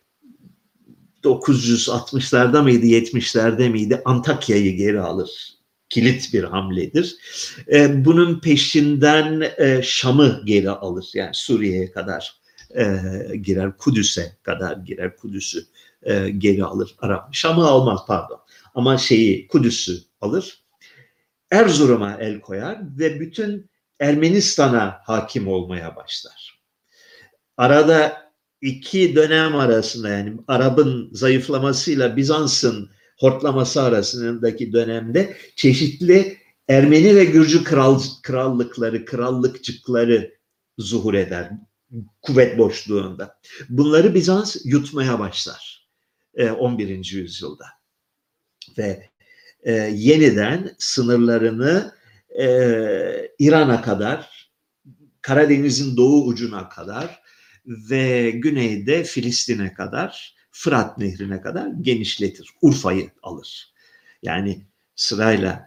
960'larda mıydı, 70'lerde miydi Antakya'yı geri alır. Kilit bir hamledir. Bunun peşinden Şam'ı geri alır. Yani Suriye'ye kadar girer, Kudüs'e kadar girer, Kudüs'ü geri alır. Arap Şam'ı almaz pardon. Ama Kudüs'ü alır. Erzurum'a el koyar ve bütün Ermenistan'a hakim olmaya başlar. Arada iki dönem arasında yani Arap'ın zayıflamasıyla Bizans'ın hortlaması arasındaki dönemde çeşitli Ermeni ve Gürcü krallıkçıkları zuhur eder kuvvet boşluğunda. Bunları Bizans yutmaya başlar 11. yüzyılda ve yeniden sınırlarını İran'a kadar, Karadeniz'in doğu ucuna kadar ve güneyde Filistin'e kadar, Fırat Nehri'ne kadar genişletir. Urfa'yı alır. Yani sırayla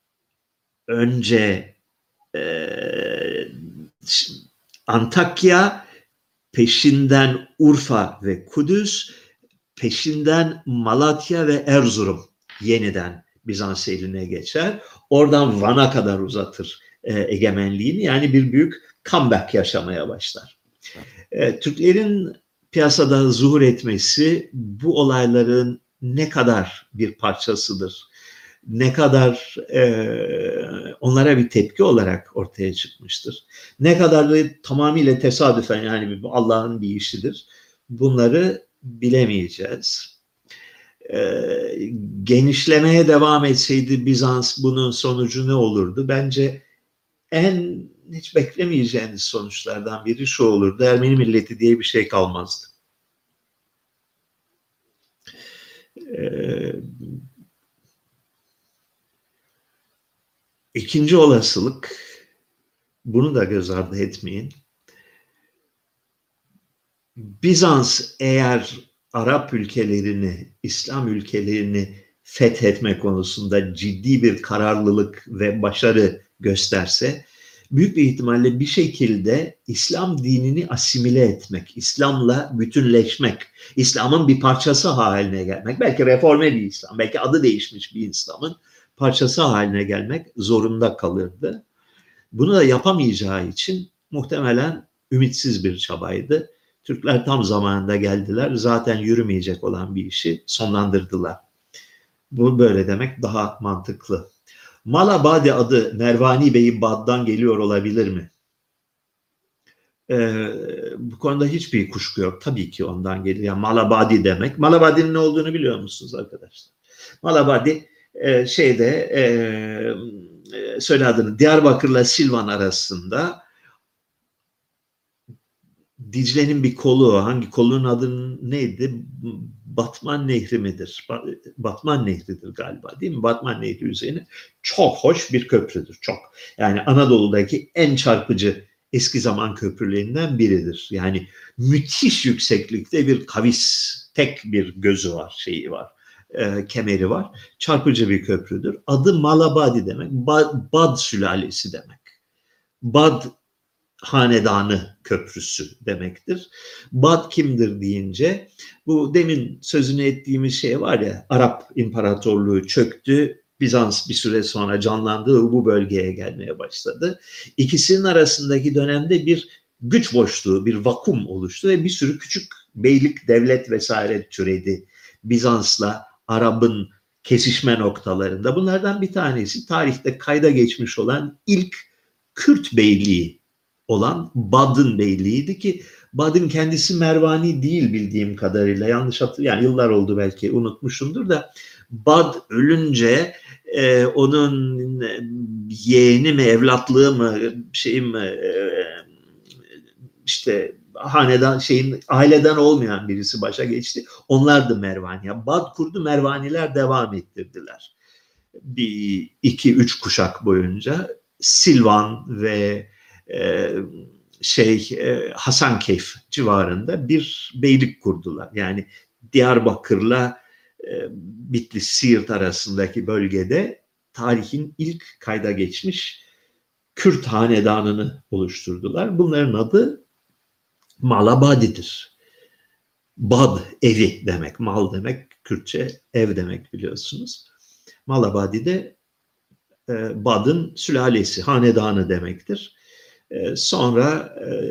önce Antakya, peşinden Urfa ve Kudüs, peşinden Malatya ve Erzurum yeniden Bizans eline geçer. Oradan Van'a kadar uzatır egemenliğini. Yani bir büyük comeback yaşamaya başlar. Türklerin piyasada zuhur etmesi bu olayların ne kadar bir parçasıdır, ne kadar onlara bir tepki olarak ortaya çıkmıştır, ne kadar da tamamıyla tesadüfen yani Allah'ın bir işidir, bunları bilemeyeceğiz. Genişlemeye devam etseydi Bizans bunun sonucu ne olurdu? Bence hiç beklemeyeceğiniz sonuçlardan biri şu olurdu. Ermeni milleti diye bir şey kalmazdı. İkinci olasılık, bunu da göz ardı etmeyin. Bizans eğer Arap ülkelerini, İslam ülkelerini fethetme konusunda ciddi bir kararlılık ve başarı gösterse, büyük bir ihtimalle bir şekilde İslam dinini asimile etmek, İslam'la bütünleşmek, İslam'ın bir parçası haline gelmek, belki reforme bir İslam, belki adı değişmiş bir İslam'ın parçası haline gelmek zorunda kalırdı. Bunu da yapamayacağı için muhtemelen ümitsiz bir çabaydı. Türkler tam zamanında geldiler. Zaten yürümeyecek olan bir işi sonlandırdılar. Bu böyle demek daha mantıklı. Malabadi adı Mervani Bey'i Bad'dan geliyor olabilir mi? Bu konuda hiçbir kuşku yok. Tabii ki ondan geliyor. Yani Malabadi demek. Malabadi'nin ne olduğunu biliyor musunuz arkadaşlar? Malabadi söyle adını, Diyarbakır'la Silvan arasında Dicle'nin bir kolu, hangi kolunun adı neydi? Batman Nehri midir? Batman Nehri'dir galiba değil mi? Batman Nehri üzerine çok hoş bir köprüdür. Çok. Yani Anadolu'daki en çarpıcı eski zaman köprülerinden biridir. Yani müthiş yükseklikte bir kavis, tek bir gözü var, kemeri var. Çarpıcı bir köprüdür. Adı Malabadi demek. Bad sülalesi demek. Bad hanedanı köprüsü demektir. Bad kimdir deyince bu demin sözünü ettiğimiz şey var ya, Arap İmparatorluğu çöktü. Bizans bir süre sonra canlandı, bu bölgeye gelmeye başladı. İkisinin arasındaki dönemde bir güç boşluğu, bir vakum oluştu ve bir sürü küçük beylik, devlet vesaire türedi. Bizans'la Arap'ın kesişme noktalarında. Bunlardan bir tanesi tarihte kayda geçmiş olan ilk Kürt beyliği olan Bad'ın beyliğiydi ki Bad'ın kendisi Mervani değil bildiğim kadarıyla, yanlış hatırlıyorum, yani yıllar oldu belki unutmuşumdur da Bud ölünce onun yeğeni mi, evlatlığı mı, şey mi, işte hanedan aileden olmayan birisi başa geçti. Onlar da Mervani. Bad kurdu, Mervaniler devam ettirdiler. Bir, iki, üç kuşak boyunca Silvan ve Hasankeyf civarında bir beylik kurdular. Yani Diyarbakır'la Bitlis, Siirt arasındaki bölgede tarihin ilk kayda geçmiş Kürt hanedanını oluşturdular. Bunların adı Malabadi'dir. Bad evi demek, mal demek, Kürtçe ev demek biliyorsunuz. Malabadi de Bad'ın sülalesi, hanedanı demektir. Sonra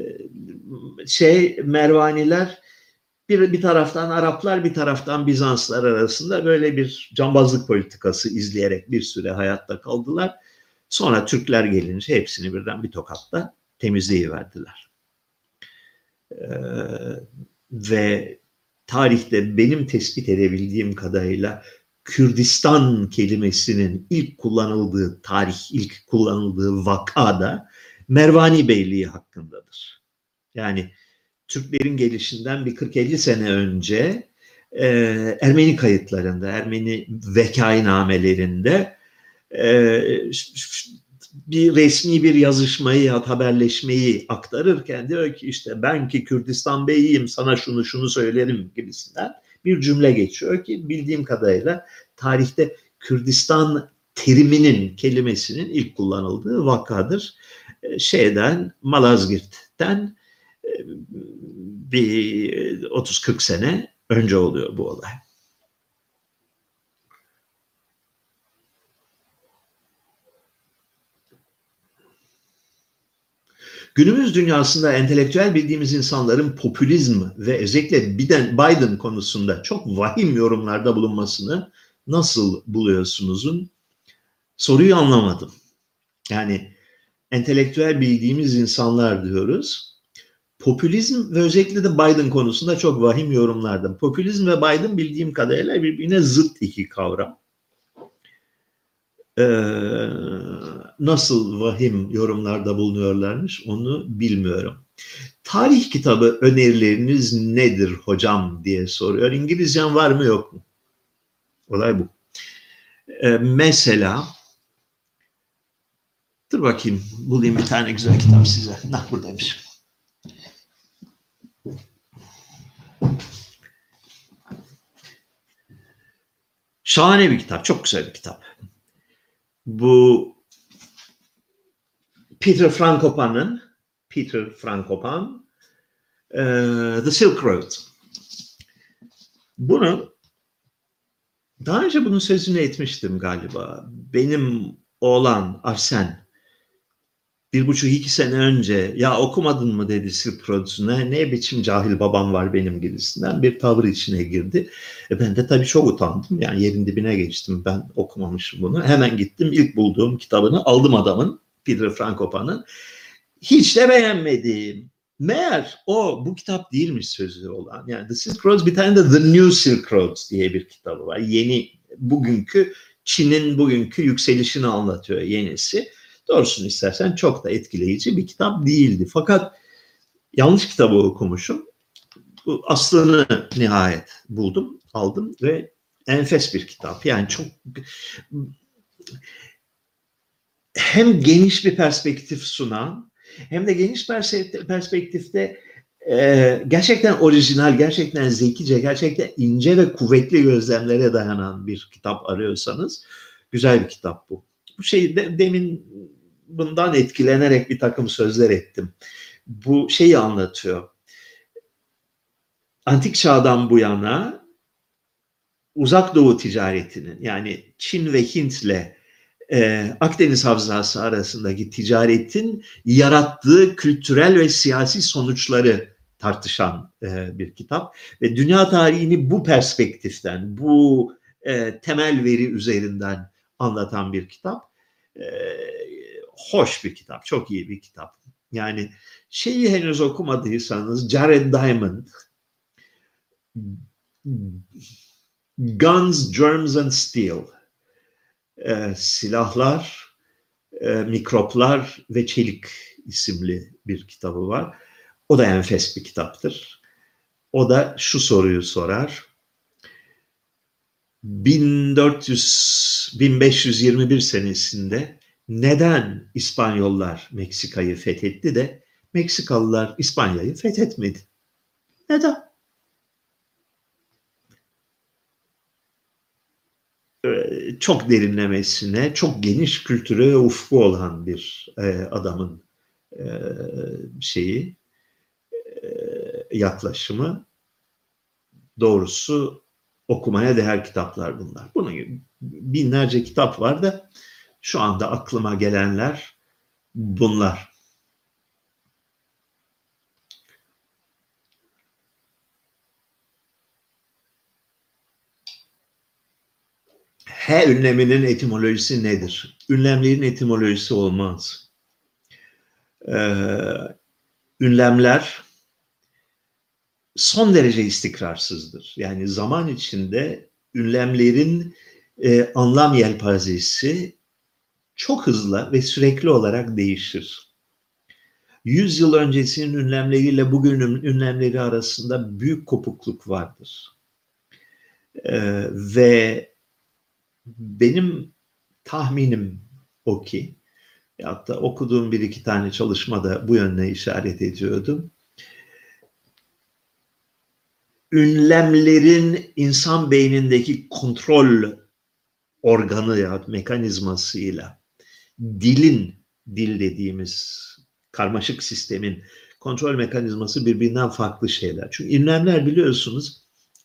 Mervaniler bir taraftan Araplar, bir taraftan Bizanslar arasında böyle bir cambazlık politikası izleyerek bir süre hayatta kaldılar. Sonra Türkler gelince hepsini birden bir tokatla temizleyiverdiler. Ve tarihte benim tespit edebildiğim kadarıyla Kürdistan kelimesinin ilk kullanıldığı vaka da Mervani Beyliği hakkındadır. Yani Türklerin gelişinden bir 40-50 sene önce Ermeni kayıtlarında, Ermeni vekainamelerinde bir resmi bir yazışmayı, haberleşmeyi aktarırken diyor ki işte ben ki Kürdistan Bey'iyim, sana şunu söylerim gibisinden bir cümle geçiyor ki bildiğim kadarıyla tarihte Kürdistan teriminin, kelimesinin ilk kullanıldığı vakadır. Malazgirt'ten bir 30-40 sene önce oluyor bu olay. Günümüz dünyasında entelektüel bildiğimiz insanların popülizm ve özellikle Biden konusunda çok vahim yorumlarda bulunmasını nasıl buluyorsunuzun? Soruyu anlamadım. Yani entelektüel bildiğimiz insanlar diyoruz. Popülizm ve özellikle de Biden konusunda çok vahim yorumlardan. Popülizm ve Biden bildiğim kadarıyla birbirine zıt iki kavram. Nasıl vahim yorumlarda bulunuyorlarmış onu bilmiyorum. Tarih kitabı önerileriniz nedir hocam diye soruyor. İngilizcen var mı yok mu? Olay bu. Mesela dur bakayım bulayım bir tane güzel kitap size. Buradaymış. Şahane bir kitap. Çok güzel bir kitap. Bu Peter Frankopan'ın The Silk Road. Daha önce bunun sözünü etmiştim galiba. Benim oğlan Arsen 1,5-2 sene önce ya okumadın mı dedi Silk Road'u, ne biçim cahil babam var benim gibisinden bir tavır içine girdi. Ben de tabii çok utandım. Yani yerin dibine geçtim. Ben okumamışım bunu. Hemen gittim ilk bulduğum kitabını aldım adamın. Peter Frankopan'ın. Hiç de beğenmedim. Meğer bu kitap değilmiş sözü olan. Yani The Silk Road, bir tane de The New Silk Road diye bir kitabı var. Çin'in bugünkü yükselişini anlatıyor yenisi. Doğrusunu istersen çok da etkileyici bir kitap değildi. Fakat yanlış kitabı okumuşum. Aslını nihayet buldum, aldım ve enfes bir kitap. Yani çok hem geniş bir perspektif sunan hem de geniş perspektifte gerçekten orijinal, gerçekten zekice, gerçekten ince ve kuvvetli gözlemlere dayanan bir kitap arıyorsanız güzel bir kitap bu. Bu demin bundan etkilenerek bir takım sözler ettim. Bu anlatıyor. Antik çağdan bu yana Uzak Doğu ticaretinin, yani Çin ve Hint'le Akdeniz Havzası arasındaki ticaretin yarattığı kültürel ve siyasi sonuçları tartışan bir kitap. Ve dünya tarihini bu perspektiften, bu temel veri üzerinden anlatan bir kitap. Hoş bir kitap, çok iyi bir kitap. Yani henüz okumadıysanız Jared Diamond Guns, Germs and Steel. Silahlar, Mikroplar ve Çelik isimli bir kitabı var. O da enfes bir kitaptır. O da şu soruyu sorar. 1521 senesinde neden İspanyollar Meksika'yı fethetti de Meksikalılar İspanya'yı fethetmedi? Neden? Çok derinlemesine, çok geniş kültüre ve ufku olan bir adamın yaklaşımı. Doğrusu okumaya değer kitaplar bunlar. Bunun gibi binlerce kitap var da şu anda aklıma gelenler bunlar. H ünleminin etimolojisi nedir? Ünlemlerin etimolojisi olmaz. Ünlemler son derece istikrarsızdır. Yani zaman içinde ünlemlerin anlam yelpazesi çok hızlı ve sürekli olarak değişir. 100 yıl öncesinin ünlemleriyle bugünün ünlemleri arasında büyük kopukluk vardır. Ve benim tahminim o ki, hatta okuduğum bir iki tane çalışmada bu yönde işaret ediyordum. Ünlemlerin insan beynindeki kontrol organı ya mekanizmasıyla dil dediğimiz karmaşık sistemin kontrol mekanizması birbirinden farklı şeyler. Çünkü ünlemler biliyorsunuz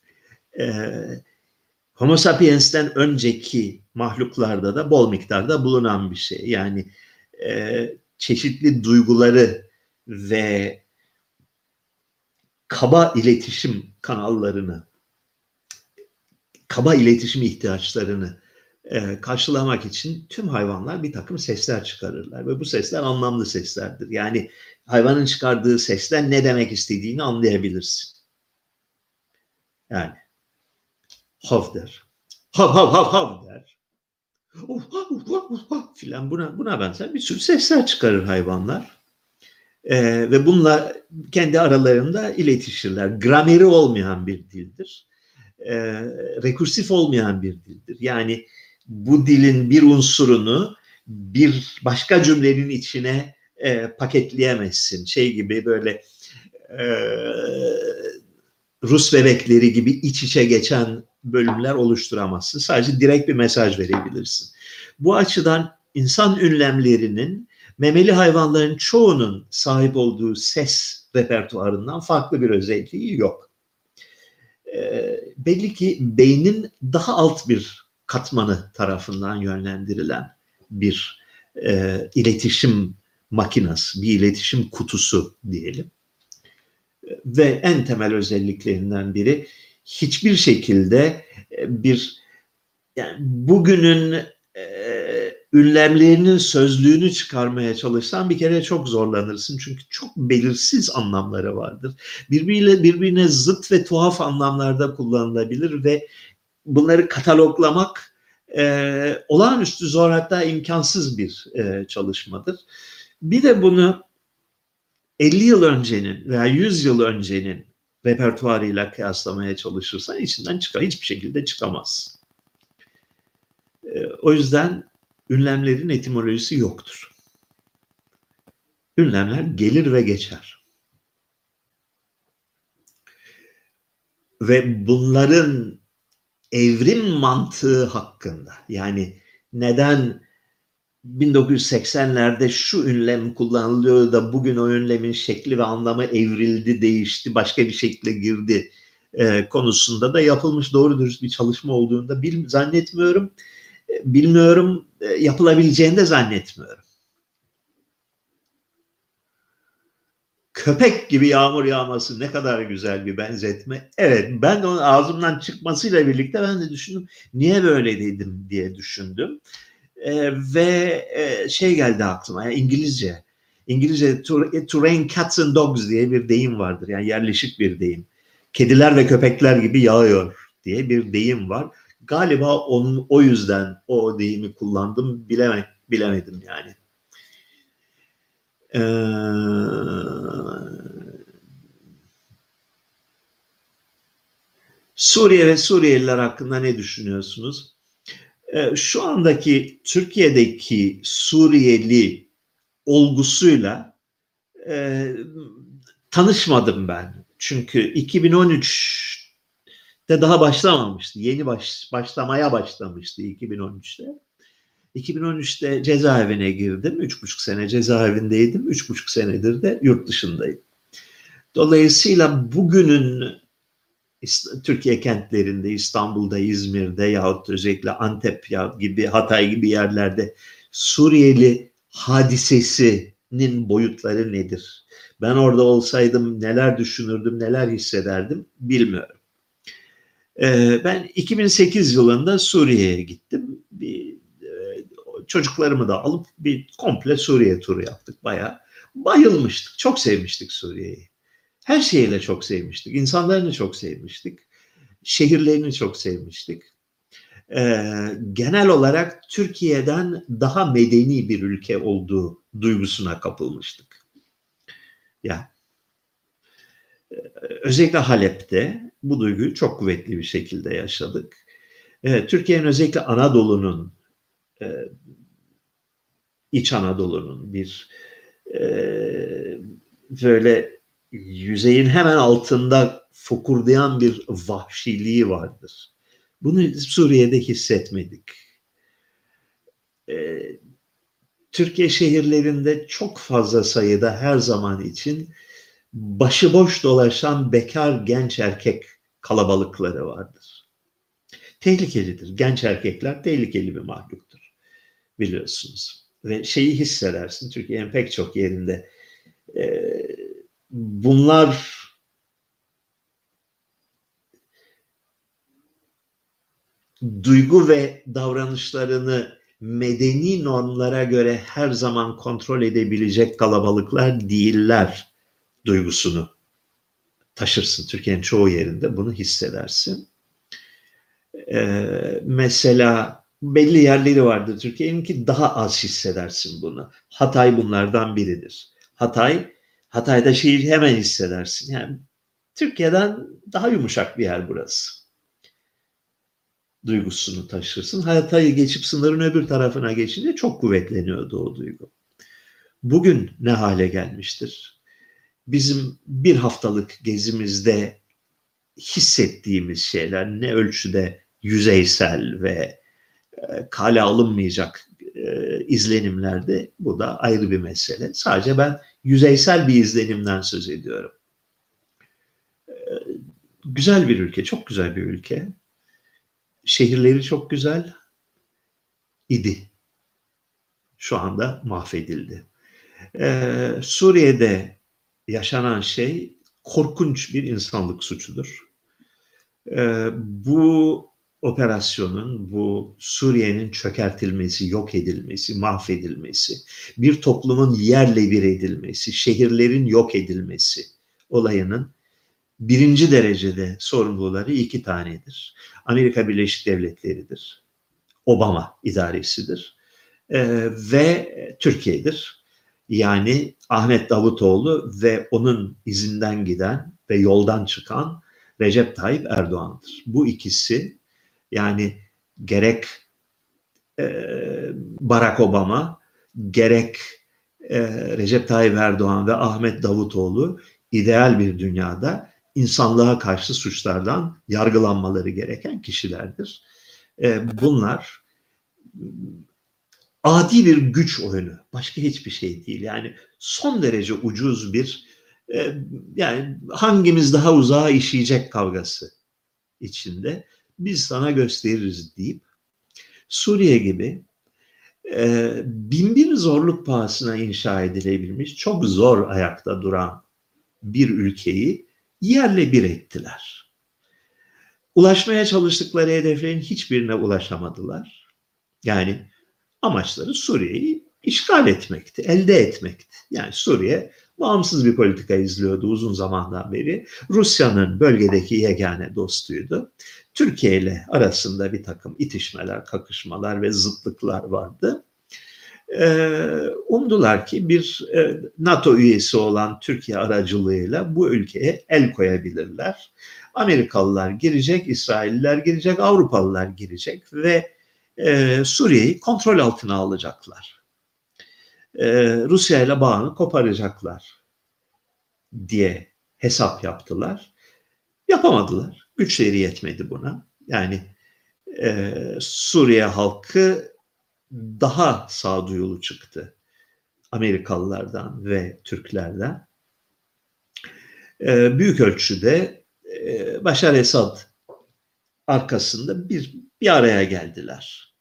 Homo sapiens'ten önceki mahluklarda da bol miktarda bulunan bir şey. Yani çeşitli duyguları ve kaba iletişim kanallarını, kaba iletişim ihtiyaçlarını karşılamak için tüm hayvanlar bir takım sesler çıkarırlar ve bu sesler anlamlı seslerdir. Yani hayvanın çıkardığı sesler ne demek istediğini anlayabilirsin. Yani hav der, hav hav hav hav der, filan buna benzer bir sürü sesler çıkarır hayvanlar. Ve bununla kendi aralarında iletişirler. Grameri olmayan bir dildir. Rekursif olmayan bir dildir. Yani bu dilin bir unsurunu bir başka cümlenin içine paketleyemezsin. Şey gibi böyle Rus bebekleri gibi iç içe geçen bölümler oluşturamazsın. Sadece direkt bir mesaj verebilirsin. Bu açıdan insan ünlemlerinin memeli hayvanların çoğunun sahip olduğu ses repertuarından farklı bir özelliği yok. Belli ki beynin daha alt bir katmanı tarafından yönlendirilen bir iletişim makinası, bir iletişim kutusu diyelim. Ve en temel özelliklerinden biri hiçbir şekilde yani bugünün ünlemlerinin sözlüğünü çıkarmaya çalışsan bir kere çok zorlanırsın. Çünkü çok belirsiz anlamları vardır. Birbirine zıt ve tuhaf anlamlarda kullanılabilir ve bunları kataloglamak olağanüstü zor, hatta imkansız bir çalışmadır. Bir de bunu 50 yıl öncenin veya 100 yıl öncenin repertuarıyla kıyaslamaya çalışırsan içinden hiçbir şekilde çıkamaz. O yüzden ünlemlerin etimolojisi yoktur. Ünlemler gelir ve geçer. Ve bunların evrim mantığı hakkında, yani neden 1980'lerde şu ünlem kullanılıyor da bugün o ünlemin şekli ve anlamı evrildi, değişti, başka bir şekle girdi konusunda da yapılmış doğru dürüst bir çalışma olduğunu da zannetmiyorum. Bilmiyorum, yapılabileceğini de zannetmiyorum. Köpek gibi yağmur yağması ne kadar güzel bir benzetme. Evet, ben onun ağzımdan çıkmasıyla birlikte ben de düşündüm. Niye böyle dedim diye düşündüm. Ve şey geldi aklıma, yani İngilizce to rain cats and dogs diye bir deyim vardır. Yani yerleşik bir deyim. Kediler ve köpekler gibi yağıyor diye bir deyim var. Galiba o yüzden o deyimi kullandım, bilemedim yani. Suriye ve Suriyeliler hakkında ne düşünüyorsunuz? Şu andaki Türkiye'deki Suriyeli olgusuyla tanışmadım ben. Çünkü 2013'te daha başlamamıştı. Yeni başlamaya başlamıştı 2013'te. 2013'te cezaevine girdim. 3,5 sene cezaevindeydim. 3,5 senedir de yurt dışındayım. Dolayısıyla bugünün Türkiye kentlerinde, İstanbul'da, İzmir'de yahut özellikle Antep gibi, Hatay gibi yerlerde Suriyeli hadisesinin boyutları nedir? Ben orada olsaydım neler düşünürdüm, neler hissederdim bilmiyorum. Ben 2008 yılında Suriye'ye gittim. Çocuklarımı da alıp bir komple Suriye turu yaptık bayağı. Bayılmıştık, çok sevmiştik Suriye'yi. Her şeyiyle çok sevmiştik. İnsanlarını çok sevmiştik. Şehirlerini çok sevmiştik. Genel olarak Türkiye'den daha medeni bir ülke olduğu duygusuna kapılmıştık. Ya, özellikle Halep'te bu duyguyu çok kuvvetli bir şekilde yaşadık. Türkiye'nin özellikle Anadolu'nun, İç Anadolu'nun bir böyle yüzeyin hemen altında fokurdayan bir vahşiliği vardır. Bunu Suriye'de hissetmedik. Türkiye şehirlerinde çok fazla sayıda her zaman için başıboş dolaşan bekar genç erkek kalabalıkları vardır. Tehlikelidir. Genç erkekler tehlikeli bir mahluktur. Biliyorsunuz. Ve şeyi hissedersin Türkiye'nin pek çok yerinde. Bunlar duygu ve davranışlarını medeni normlara göre her zaman kontrol edebilecek kalabalıklar değiller duygusunu taşırsın. Türkiye'nin çoğu yerinde bunu hissedersin. Mesela belli yerleri vardır Türkiye'nin ki daha az hissedersin bunu. Hatay bunlardan biridir. Hatay'da şeyi hemen hissedersin. Yani Türkiye'den daha yumuşak bir yer burası. Duygusunu taşırsın. Hatay'ı geçip sınırın öbür tarafına geçince çok kuvvetleniyordu o duygu. Bugün ne hale gelmiştir? Bizim bir haftalık gezimizde hissettiğimiz şeyler ne ölçüde yüzeysel ve kale alınmayacak izlenimlerde, bu da ayrı bir mesele. Sadece ben yüzeysel bir izlenimden söz ediyorum. Güzel bir ülke, çok güzel bir ülke. Şehirleri çok güzel idi. Şu anda mahvedildi. Suriye'de yaşanan şey korkunç bir insanlık suçudur. Bu operasyonun, bu Suriye'nin çökertilmesi, yok edilmesi, mahvedilmesi, bir toplumun yerle bir edilmesi, şehirlerin yok edilmesi olayının birinci derecede sorumluları 2 tanedir. Amerika Birleşik Devletleri'dir. Obama idaresidir. Ve Türkiye'dir. Yani Ahmet Davutoğlu ve onun izinden giden ve yoldan çıkan Recep Tayyip Erdoğan'dır. Bu ikisi, yani gerek Barack Obama, gerek Recep Tayyip Erdoğan ve Ahmet Davutoğlu ideal bir dünyada insanlığa karşı suçlardan yargılanmaları gereken kişilerdir. Bunlar adi bir güç oyunu. Başka hiçbir şey değil. Yani son derece ucuz bir yani hangimiz daha uzağa işeyecek kavgası içinde biz sana gösteririz deyip Suriye gibi binbir zorluk pahasına inşa edilebilmiş, çok zor ayakta duran bir ülkeyi yerle bir ettiler. Ulaşmaya çalıştıkları hedeflerin hiçbirine ulaşamadılar. Yani amaçları Suriye'yi işgal etmekti, elde etmekti. Yani Suriye bağımsız bir politika izliyordu uzun zamandan beri. Rusya'nın bölgedeki yegane dostuydu. Türkiye ile arasında bir takım itişmeler, kakışmalar ve zıtlıklar vardı. Umdular ki bir NATO üyesi olan Türkiye aracılığıyla bu ülkeye el koyabilirler. Amerikalılar girecek, İsrailliler girecek, Avrupalılar girecek ve Suriye'yi kontrol altına alacaklar. Rusya ile bağını koparacaklar diye hesap yaptılar. Yapamadılar. Güçleri yetmedi buna. Yani Suriye halkı daha sağduyulu çıktı Amerikalılardan ve Türklerden. Büyük ölçüde Başar Esad arkasında bir araya geldiler.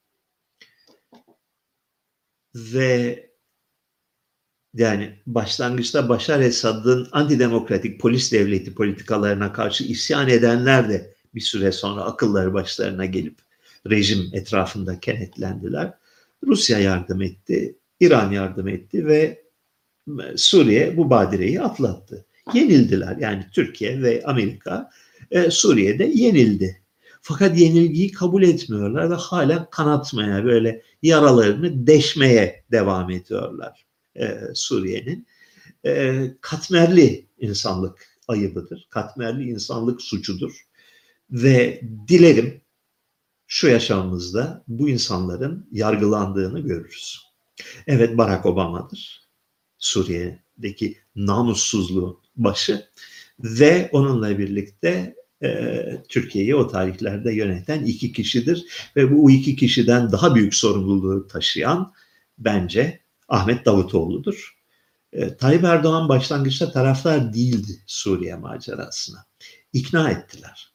Ve yani başlangıçta Başar Esad'ın antidemokratik polis devleti politikalarına karşı isyan edenler de bir süre sonra akılları başlarına gelip rejim etrafında kenetlendiler. Rusya yardım etti, İran yardım etti ve Suriye bu badireyi atlattı. Yenildiler, yani Türkiye ve Amerika Suriye'de yenildi. Fakat yenilgiyi kabul etmiyorlar ve hala kanatmaya, böyle yaralarını deşmeye devam ediyorlar Suriye'nin. Katmerli insanlık ayıbıdır, katmerli insanlık suçudur ve dilerim şu yaşamımızda bu insanların yargılandığını görürüz. Evet, Barack Obama'dır Suriye'deki namussuzluğun başı ve onunla birlikte Türkiye'yi o tarihlerde yöneten iki kişidir ve bu iki kişiden daha büyük sorumluluğu taşıyan bence Ahmet Davutoğlu'dur. Tayyip Erdoğan başlangıçta taraftar değildi Suriye macerasına. İkna ettiler.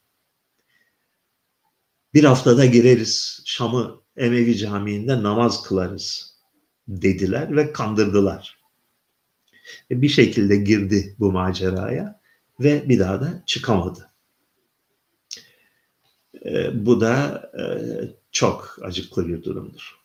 Bir haftada gireriz, Şam'ı Emevi Camii'nde namaz kılarız dediler ve kandırdılar. Bir şekilde girdi bu maceraya ve bir daha da çıkamadı. Bu da çok acıklı bir durumdur.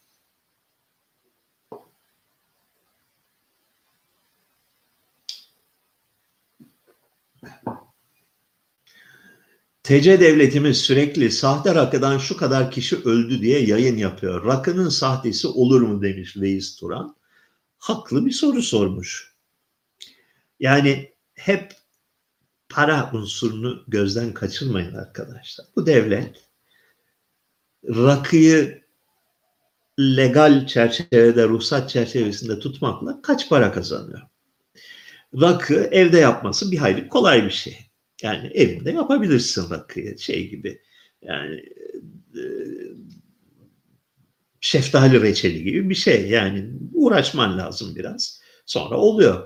TC devletimiz sürekli sahte rakıdan şu kadar kişi öldü diye yayın yapıyor. Rakının sahtesi olur mu demiş Veys Turan. Haklı bir soru sormuş. Yani hep para unsurunu gözden kaçırmayın arkadaşlar. Bu devlet rakıyı legal çerçevede, ruhsat çerçevesinde tutmakla kaç para kazanıyor? Rakı evde yapması bir hayli kolay bir şey. Yani evinde yapabilirsin rakıyı, şey gibi. Yani şeftali reçeli gibi bir şey. Yani uğraşman lazım biraz. Sonra oluyor.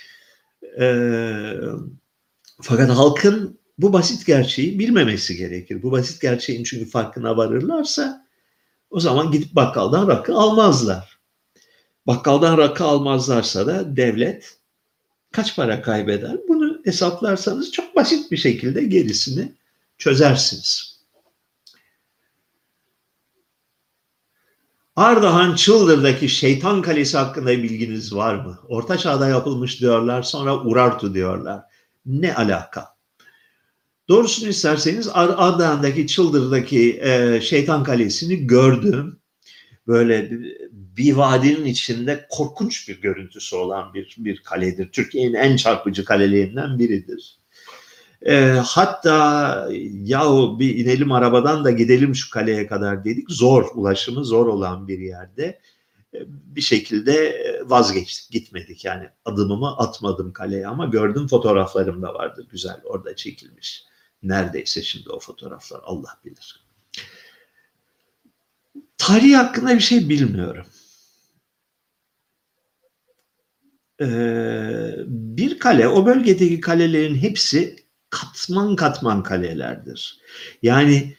Fakat halkın bu basit gerçeği bilmemesi gerekir. Bu basit gerçeğin çünkü farkına varırlarsa o zaman gidip bakkaldan rakı almazlar. Bakkaldan rakı almazlarsa da devlet kaç para kaybeder? Bunu hesaplarsanız çok basit bir şekilde gerisini çözersiniz. Ardahan Çıldır'daki Şeytan Kalesi hakkında bilginiz var mı? Orta Çağ'da yapılmış diyorlar, sonra Urartu diyorlar. Ne alaka? Doğrusunu isterseniz Ardahan'daki Çıldır'daki Şeytan Kalesi'ni gördüm. Böyle bir vadinin içinde korkunç bir görüntüsü olan bir kaledir. Türkiye'nin en çarpıcı kalelerinden biridir. Hatta yahu bir inelim arabadan da gidelim şu kaleye kadar dedik. Zor, ulaşımı zor olan bir yerde. Bir şekilde vazgeçtik, gitmedik. Yani adımımı atmadım kaleye ama gördüm, fotoğraflarım da vardır güzel orada çekilmiş. Neredeyse şimdi o fotoğraflar, Allah bilir. Tarihi hakkında bir şey bilmiyorum. Bir kale, o bölgedeki kalelerin hepsi katman katman kalelerdir. Yani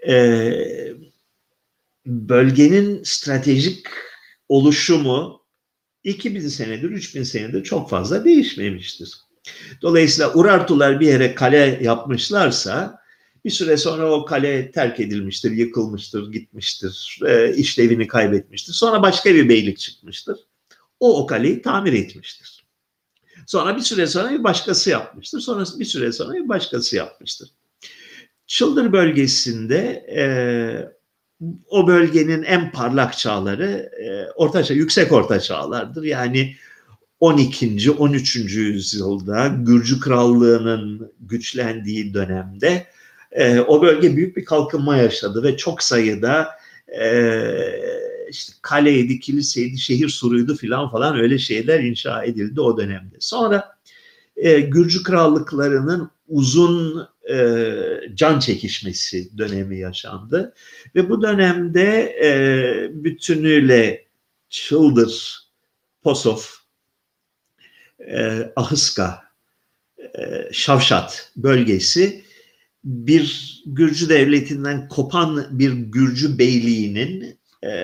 bölgenin stratejik oluşumu 2000 senedir, 3000 senedir çok fazla değişmemiştir. Dolayısıyla Urartular bir yere kale yapmışlarsa bir süre sonra o kale terk edilmiştir, yıkılmıştır, gitmiştir, işlevini kaybetmiştir. Sonra başka bir beylik çıkmıştır. O kaleyi tamir etmiştir. Sonra bir süre sonra bir başkası yapmıştır. Sonra bir süre sonra bir başkası yapmıştır. Çıldır bölgesinde o bölgenin en parlak çağları yüksek orta çağlardır. Yani 12. 13. yüzyılda Gürcü Krallığı'nın güçlendiği dönemde o bölge büyük bir kalkınma yaşadı ve çok sayıda işte kaleydi, kiliseydi, şehir suruydu falan öyle şeyler inşa edildi o dönemde. Sonra Gürcü krallıklarının uzun can çekişmesi dönemi yaşandı ve bu dönemde bütünüyle Çıldır, Posof, Ahıska, Şavşat bölgesi bir Gürcü devletinden kopan bir Gürcü beyliğinin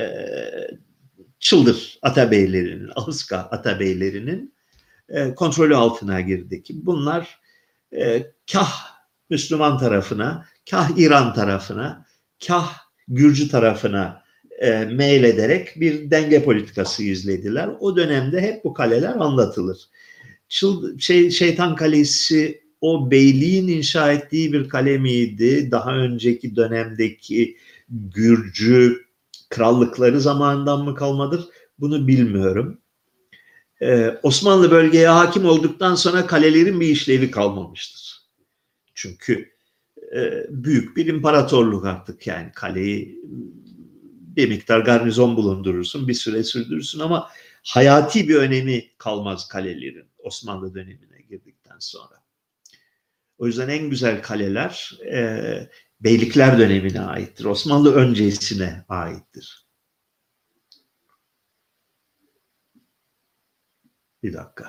Çıldır atabeylerinin, Ahıska atabeylerinin kontrolü altına girdi ki bunlar kah Müslüman tarafına, kah İran tarafına, kah Gürcü tarafına meylederek bir denge politikası izlediler. O dönemde hep bu kaleler anlatılır. Şeytan Kalesi o beyliğin inşa ettiği bir kale miydi? Daha önceki dönemdeki Gürcü krallıkları zamanından mı kalmadır? Bunu bilmiyorum. Osmanlı bölgeye hakim olduktan sonra kalelerin bir işlevi kalmamıştır. Çünkü büyük bir imparatorluk artık, yani kaleyi bir miktar garnizon bulundurursun, bir süre sürdürürsün ama hayati bir önemi kalmaz kalelerin Osmanlı dönemine girdikten sonra. O yüzden en güzel kaleler beylikler dönemine aittir. Osmanlı öncesine aittir. Bir dakika.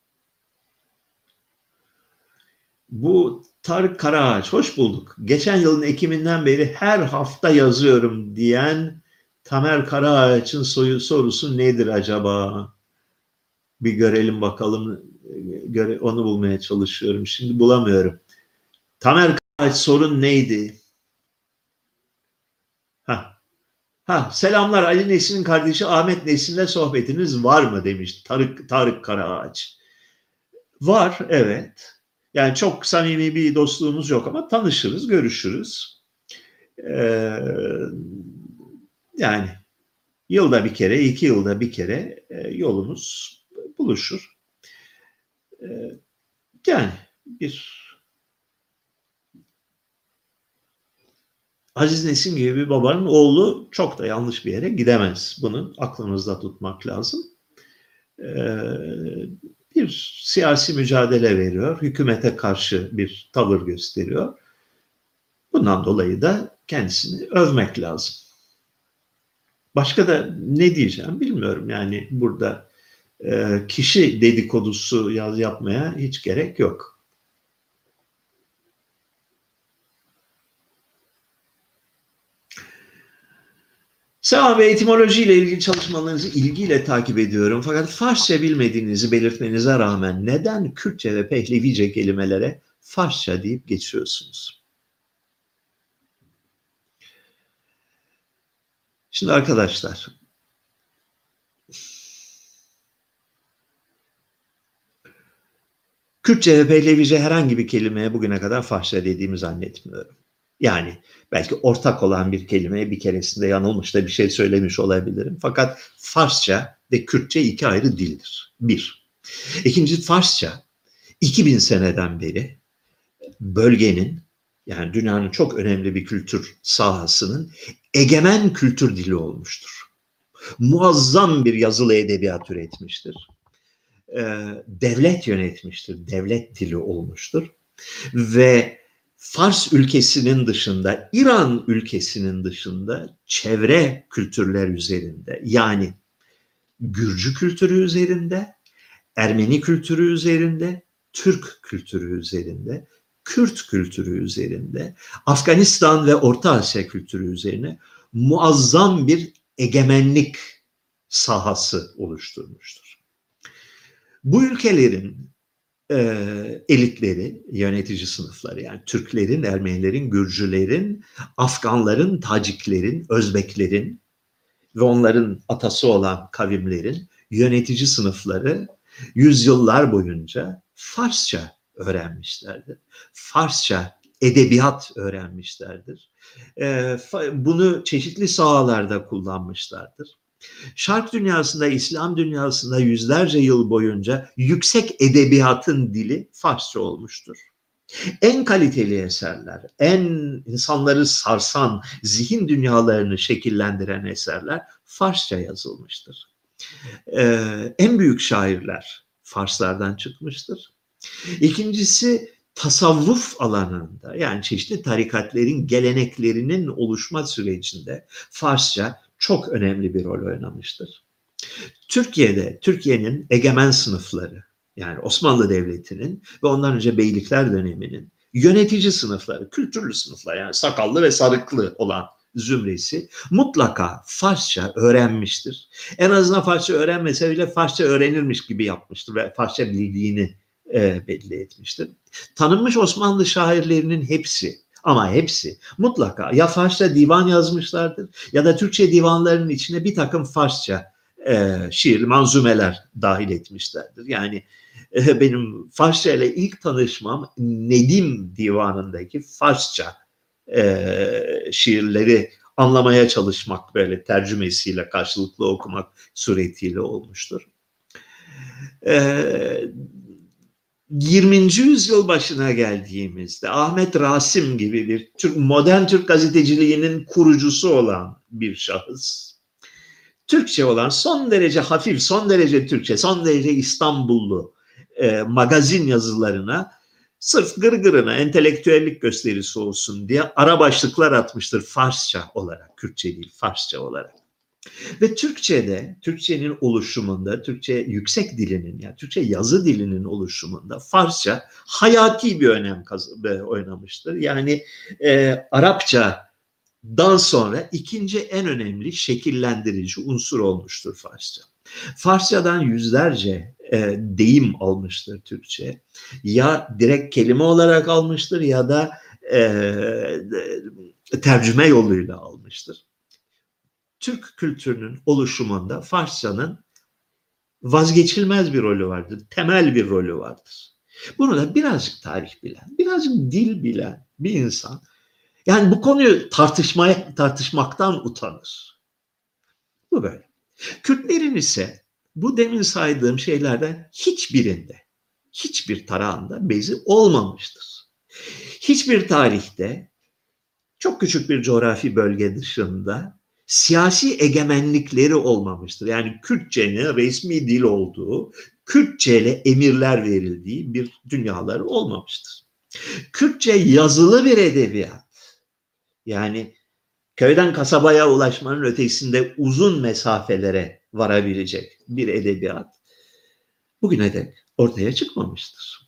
Bu Tarık Karaağaç, hoş bulduk. Geçen yılın Ekim'inden beri her hafta yazıyorum diyen Tamer Karaağaç'ın sorusu nedir acaba? Bir görelim bakalım. Onu bulmaya çalışıyorum. Şimdi bulamıyorum. Tamer Karaağaç, sorun neydi? Selamlar, Ali Nesin'in kardeşi Ahmet Nesin'le sohbetiniz var mı demiş Tarık Karaağaç. Var, evet. Yani çok samimi bir dostluğumuz yok ama tanışırız, görüşürüz. Yani yılda bir kere, 2 yılda bir kere yolumuz buluşur. Yani bir Aziz Nesin gibi bir babanın oğlu çok da yanlış bir yere gidemez. Bunu aklımızda tutmak lazım. Bir siyasi mücadele veriyor, hükümete karşı bir tavır gösteriyor. Bundan dolayı da kendisini övmek lazım. Başka da ne diyeceğim bilmiyorum. Yani burada kişi dedikodusu yapmaya hiç gerek yok. Selam ve etimoloji ile ilgili çalışmalarınızı ilgiyle takip ediyorum. Fakat Farsça bilmediğinizi belirtmenize rağmen neden Kürtçe ve Pehlevice kelimelere Farsça deyip geçiyorsunuz? Şimdi arkadaşlar, Kürtçe ve Pehlevice herhangi bir kelimeye bugüne kadar Farsça dediğimi zannetmiyorum. Yani belki ortak olan bir kelimeye bir keresinde yanılmış da bir şey söylemiş olabilirim. Fakat Farsça ve Kürtçe iki ayrı dildir. Bir. İkinci, Farsça 2000 seneden beri bölgenin, yani dünyanın çok önemli bir kültür sahasının egemen kültür dili olmuştur. Muazzam bir yazılı edebiyat üretmiştir. Devlet yönetmiştir, devlet dili olmuştur. Ve Fars ülkesinin dışında, İran ülkesinin dışında çevre kültürler üzerinde, yani Gürcü kültürü üzerinde, Ermeni kültürü üzerinde, Türk kültürü üzerinde, Kürt kültürü üzerinde, Afganistan ve Orta Asya kültürü üzerine muazzam bir egemenlik sahası oluşturmuştur. Bu ülkelerin elitleri, yönetici sınıfları, yani Türklerin, Ermenilerin, Gürcülerin, Afganların, Taciklerin, Özbeklerin ve onların atası olan kavimlerin yönetici sınıfları yüzyıllar boyunca Farsça öğrenmişlerdir. Farsça edebiyat öğrenmişlerdir. Bunu çeşitli sahalarda kullanmışlardır. Şark dünyasında, İslam dünyasında yüzlerce yıl boyunca yüksek edebiyatın dili Farsça olmuştur. En kaliteli eserler, en insanları sarsan, zihin dünyalarını şekillendiren eserler Farsça yazılmıştır. En büyük şairler Farslardan çıkmıştır. İkincisi tasavvuf alanında, yani çeşitli tarikatlerin geleneklerinin oluşma sürecinde Farsça çok önemli bir rol oynamıştır. Türkiye'de, Türkiye'nin egemen sınıfları, yani Osmanlı Devleti'nin ve ondan önce Beylikler döneminin yönetici sınıfları, kültürlü sınıflar, yani sakallı ve sarıklı olan zümresi mutlaka Farsça öğrenmiştir. En azından Farsça öğrenmese bile Farsça öğrenirmiş gibi yapmıştır ve Farsça bildiğini belli etmiştir. Tanınmış Osmanlı şairlerinin hepsi, ama hepsi mutlaka ya Farsça divan yazmışlardır ya da Türkçe divanlarının içine bir takım Farsça şiir, manzumeler dahil etmişlerdir. Yani benim Farsça ile ilk tanışmam Nedim divanındaki Farsça şiirleri anlamaya çalışmak, böyle tercümesiyle karşılıklı okumak suretiyle olmuştur. 20. yüzyıl başına geldiğimizde Ahmet Rasim gibi bir modern Türk gazeteciliğinin kurucusu olan bir şahıs, Türkçe olan son derece hafif, son derece Türkçe, son derece İstanbullu magazin yazılarına sırf gırgırına entelektüellik gösterisi olsun diye ara başlıklar atmıştır Farsça olarak, Kürtçe değil Farsça olarak. Ve Türkçe'de, Türkçenin oluşumunda, Türkçe yüksek dilinin, yani Türkçe yazı dilinin oluşumunda Farsça hayati bir önem oynamıştır. Yani Arapça'dan sonra ikinci en önemli şekillendirici unsur olmuştur Farsça. Farsçadan yüzlerce deyim almıştır Türkçe. Ya direkt kelime olarak almıştır ya da tercüme yoluyla almıştır. Türk kültürünün oluşumunda Farsçanın vazgeçilmez bir rolü vardır, temel bir rolü vardır. Bunu da birazcık tarih bilen, birazcık dil bilen bir insan, yani bu konuyu tartışmaktan utanır. Bu böyle. Kürtlerin ise bu demin saydığım şeylerden hiçbirinde, hiçbir tarağında bezi olmamıştır. Hiçbir tarihte çok küçük bir coğrafi bölge dışında siyasi egemenlikleri olmamıştır. Yani Kürtçenin resmi dil olduğu, Kürtçeyle emirler verildiği bir dünyaları olmamıştır. Kürtçe yazılı bir edebiyat. Yani köyden kasabaya ulaşmanın ötesinde uzun mesafelere varabilecek bir edebiyat bugüne dek ortaya çıkmamıştır.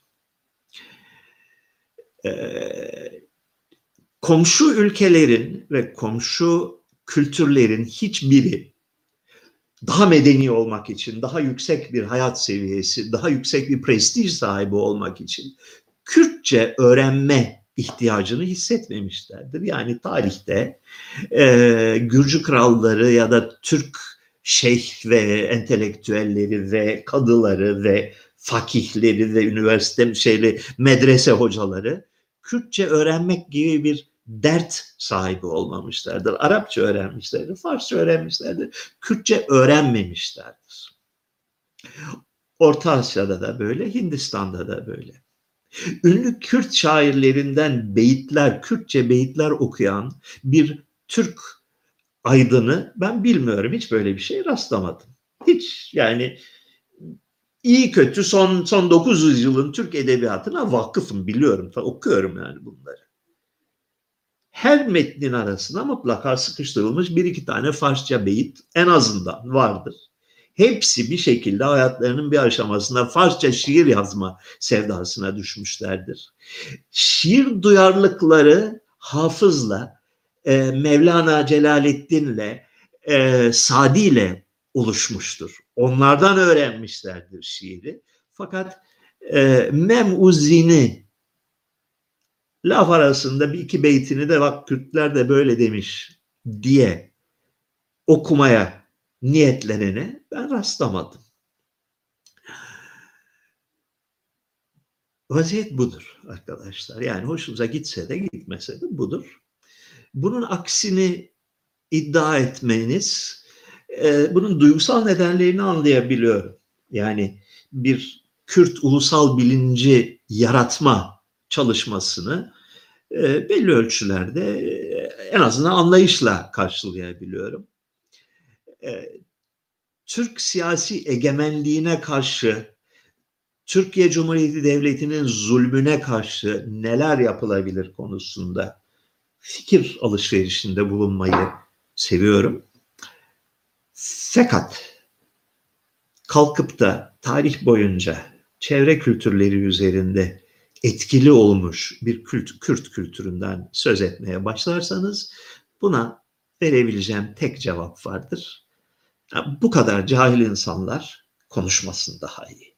Komşu ülkelerin ve komşu kültürlerin hiçbiri daha medeni olmak için, daha yüksek bir hayat seviyesi, daha yüksek bir prestij sahibi olmak için Kürtçe öğrenme ihtiyacını hissetmemişlerdir. Yani tarihte Gürcü kralları ya da Türk şeyh ve entelektüelleri ve kadıları ve fakihleri ve üniversite medrese hocaları Kürtçe öğrenmek gibi bir dert sahibi olmamışlardır. Arapça öğrenmişlerdir, Farsça öğrenmişlerdir, Kürtçe öğrenmemişlerdir. Orta Asya'da da böyle, Hindistan'da da böyle. Ünlü Kürt şairlerinden beyitler, Kürtçe beyitler okuyan bir Türk aydını ben bilmiyorum. Hiç böyle bir şey rastlamadım. Hiç, yani iyi kötü son 900 yılın Türk edebiyatına vakıfım, biliyorum. Okuyorum yani bunları. Her metnin arasında mutlaka sıkıştırılmış bir iki tane Farsça beyit en azından vardır. Hepsi bir şekilde hayatlarının bir aşamasında Farsça şiir yazma sevdasına düşmüşlerdir. Şiir duyarlılıkları Hafız'la, Mevlana Celaleddin'le, Sadi'yle oluşmuştur. Onlardan öğrenmişlerdir şiiri. Fakat Memuzini laf arasında bir iki beytini de bak Kürtler de böyle demiş diye okumaya niyetlenene ben rastlamadım. Vaziyet budur arkadaşlar. Yani hoşunuza gitse de gitmese de budur. Bunun aksini iddia etmeniz, bunun duygusal nedenlerini anlayabiliyorum. Yani bir Kürt ulusal bilinci yaratma çalışmasını belli ölçülerde en azından anlayışla karşılayabiliyorum. Türk siyasi egemenliğine karşı, Türkiye Cumhuriyeti Devleti'nin zulmüne karşı neler yapılabilir konusunda fikir alışverişinde bulunmayı seviyorum. Fakat kalkıp da tarih boyunca çevre kültürleri üzerinde etkili olmuş bir Kürt kültüründen söz etmeye başlarsanız buna verebileceğim tek cevap vardır. Bu kadar cahil insanlar konuşmasın daha iyi.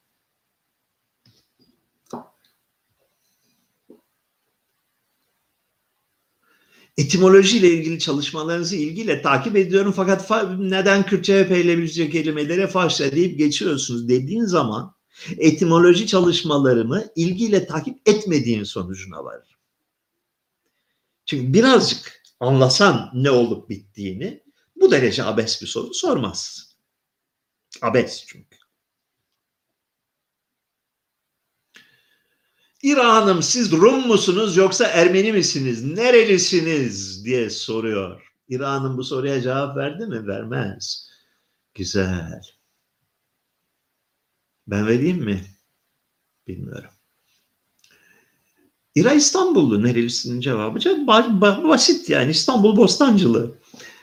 Etimolojiyle ilgili çalışmalarınızı ilgiyle takip ediyorum fakat neden Kürtçe peylevice kelimelere faşla deyip geçiyorsunuz dediğin zaman etimoloji çalışmalarımı ilgiyle takip etmediğin sonucuna varır. Çünkü birazcık anlasan ne olup bittiğini bu derece abes bir soru sormazsın. Abes çünkü. İran'ım siz Rum musunuz yoksa Ermeni misiniz? Nerelisiniz diye soruyor. İran'ın bu soruya cevap verdi mi? Vermez. Güzel. Ben vereyim mi? Bilmiyorum. İran İstanbullu nerelisinin cevabı çok basit yani İstanbul Bostancılı.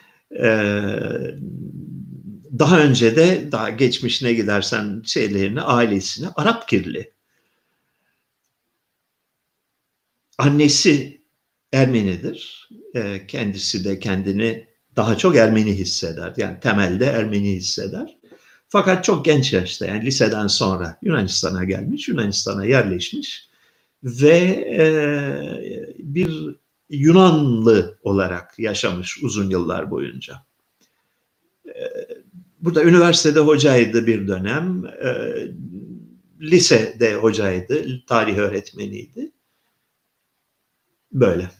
Daha önce de daha geçmişine gidersen şeylerini ailesini Arapgirli. Annesi Ermenidir. Kendisi de kendini daha çok Ermeni hisseder. Yani temelde Ermeni hisseder. Fakat çok genç yaşta yani liseden sonra Yunanistan'a gelmiş, Yunanistan'a yerleşmiş ve bir Yunanlı olarak yaşamış uzun yıllar boyunca. Burada üniversitede hocaydı bir dönem, lisede hocaydı, tarih öğretmeniydi. Böyle.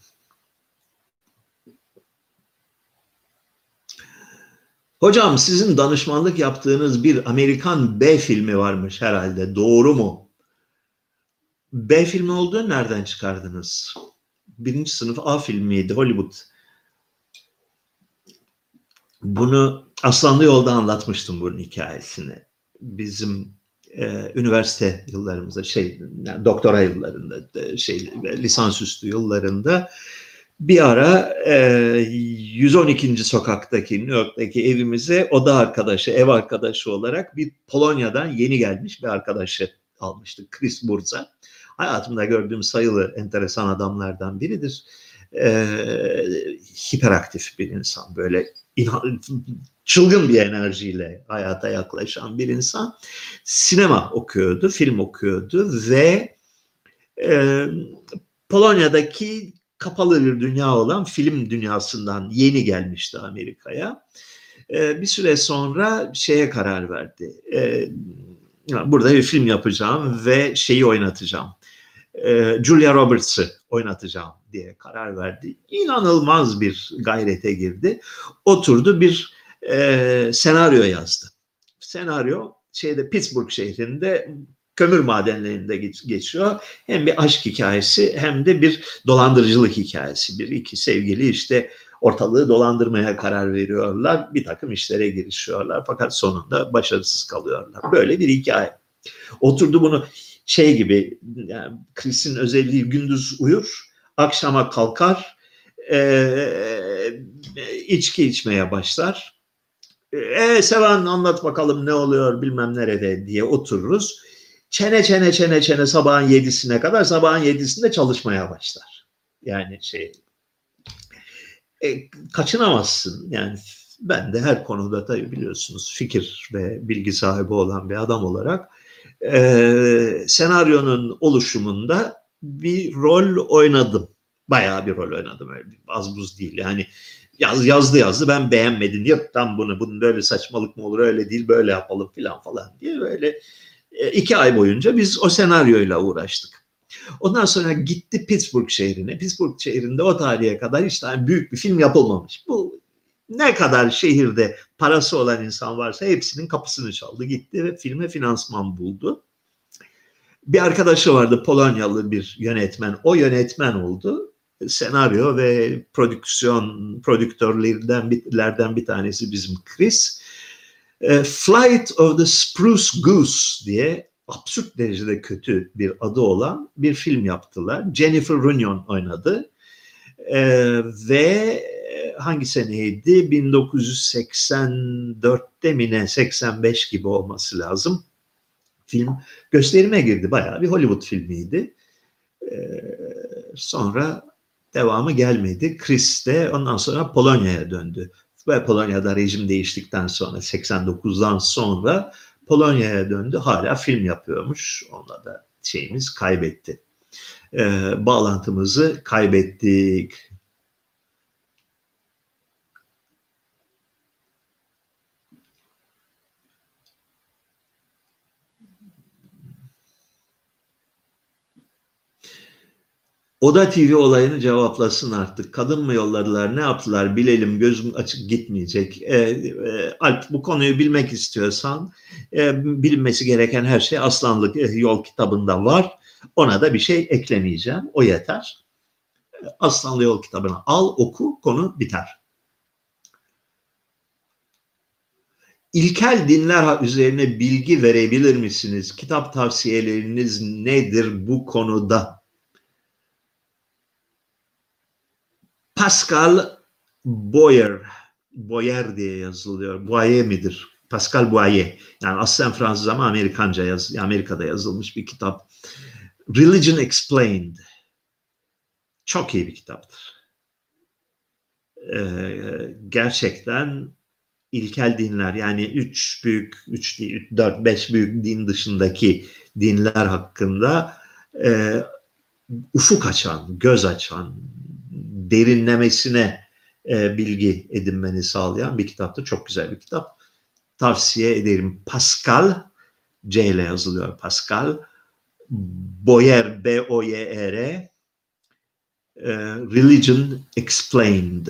Hocam sizin danışmanlık yaptığınız bir Amerikan B filmi varmış herhalde. Doğru mu? B filmi olduğunu nereden çıkardınız? Birinci sınıf A filmiydi Hollywood. Bunu Aslanlı Yol'da anlatmıştım bunun hikayesini. Bizim üniversite yıllarımızda yani doktora yıllarında lisansüstü yıllarında bir ara 112. sokaktaki New York'taki evimize ev arkadaşı olarak bir Polonya'dan yeni gelmiş bir arkadaşı almıştık. Chris Burza. Hayatımda gördüğüm sayılı enteresan adamlardan biridir. Hiperaktif bir insan, böyle çılgın bir enerjiyle hayata yaklaşan bir insan. Sinema okuyordu, film okuyordu ve Polonya'daki kapalı bir dünya olan film dünyasından yeni gelmişti Amerika'ya. Bir süre sonra şeye karar verdi. Burada bir film yapacağım ve şeyi oynatacağım. Julia Roberts'ı oynatacağım diye karar verdi. İnanılmaz bir gayrete girdi. Oturdu bir senaryo yazdı. Senaryo Pittsburgh şehrinde kömür madenlerinde geçiyor. Hem bir aşk hikayesi hem de bir dolandırıcılık hikayesi. İki sevgili işte ortalığı dolandırmaya karar veriyorlar. Bir takım işlere girişiyorlar fakat sonunda başarısız kalıyorlar. Böyle bir hikaye. Oturdu bunu gibi, yani Chris'in özelliği gündüz uyur, akşama kalkar, içki içmeye başlar. Sevan anlat bakalım ne oluyor bilmem nerede diye otururuz. Çene sabahın 7'sine kadar, sabahın 7'sinde çalışmaya başlar. Yani kaçınamazsın. Yani ben de her konuda tabii biliyorsunuz fikir ve bilgi sahibi olan bir adam olarak senaryonun oluşumunda bir rol oynadım. Bayağı bir rol oynadım. Öyle az buz değil. Yani yazdı ben beğenmedim. Yırttan bunun böyle saçmalık mı olur, öyle değil, böyle yapalım falan diye böyle 2 ay boyunca biz o senaryoyla uğraştık. Ondan sonra gitti Pittsburgh şehrine. Pittsburgh şehrinde o tarihe kadar hiç tane büyük bir film yapılmamış. Bu ne kadar şehirde parası olan insan varsa hepsinin kapısını çaldı. Gitti ve filme finansman buldu. Bir arkadaşı vardı, Polonyalı bir yönetmen. O yönetmen oldu. Senaryo ve prodüktörlerden bir tanesi bizim Chris. Flight of the Spruce Goose diye absürt derecede kötü bir adı olan bir film yaptılar. Jennifer Runyon oynadı. Ve hangi seneydi? 1984'te mi ne? 85 gibi olması lazım. Film gösterime girdi. Bayağı bir Hollywood filmiydi. Sonra devamı gelmedi. Chris de ondan sonra Polonya'ya döndü. Ve Polonya'da rejim değiştikten sonra 89'dan sonra Polonya'ya döndü. Hala film yapıyormuş. Onunla da şeyimiz kaybetti. Bağlantımızı kaybettik. Oda TV olayını cevaplasın artık. Kadın mı yolladılar, ne yaptılar bilelim, gözüm açık gitmeyecek. Alp, bu konuyu bilmek istiyorsan bilinmesi gereken her şey Aslanlık Yol kitabında var. Ona da bir şey eklemeyeceğim. O yeter. Aslanlı Yol kitabını al, oku, konu biter. İlkel dinler üzerine bilgi verebilir misiniz? Kitap tavsiyeleriniz nedir bu konuda? Pascal Boyer diye yazılıyor. Boyer midir? Pascal Boyer. Yani aslen Fransız ama Amerika'da yazılmış bir kitap. Religion Explained. Çok iyi bir kitaptır. Gerçekten ilkel dinler, yani 4 5 büyük din dışındaki dinler hakkında ufuk açan, göz açan, derinlemesine bilgi edinmeni sağlayan bir kitaptır. Çok güzel bir kitap. Tavsiye ederim. Pascal, C ile yazılıyor Pascal. Boyer, B-O-Y-E-R. Religion Explained.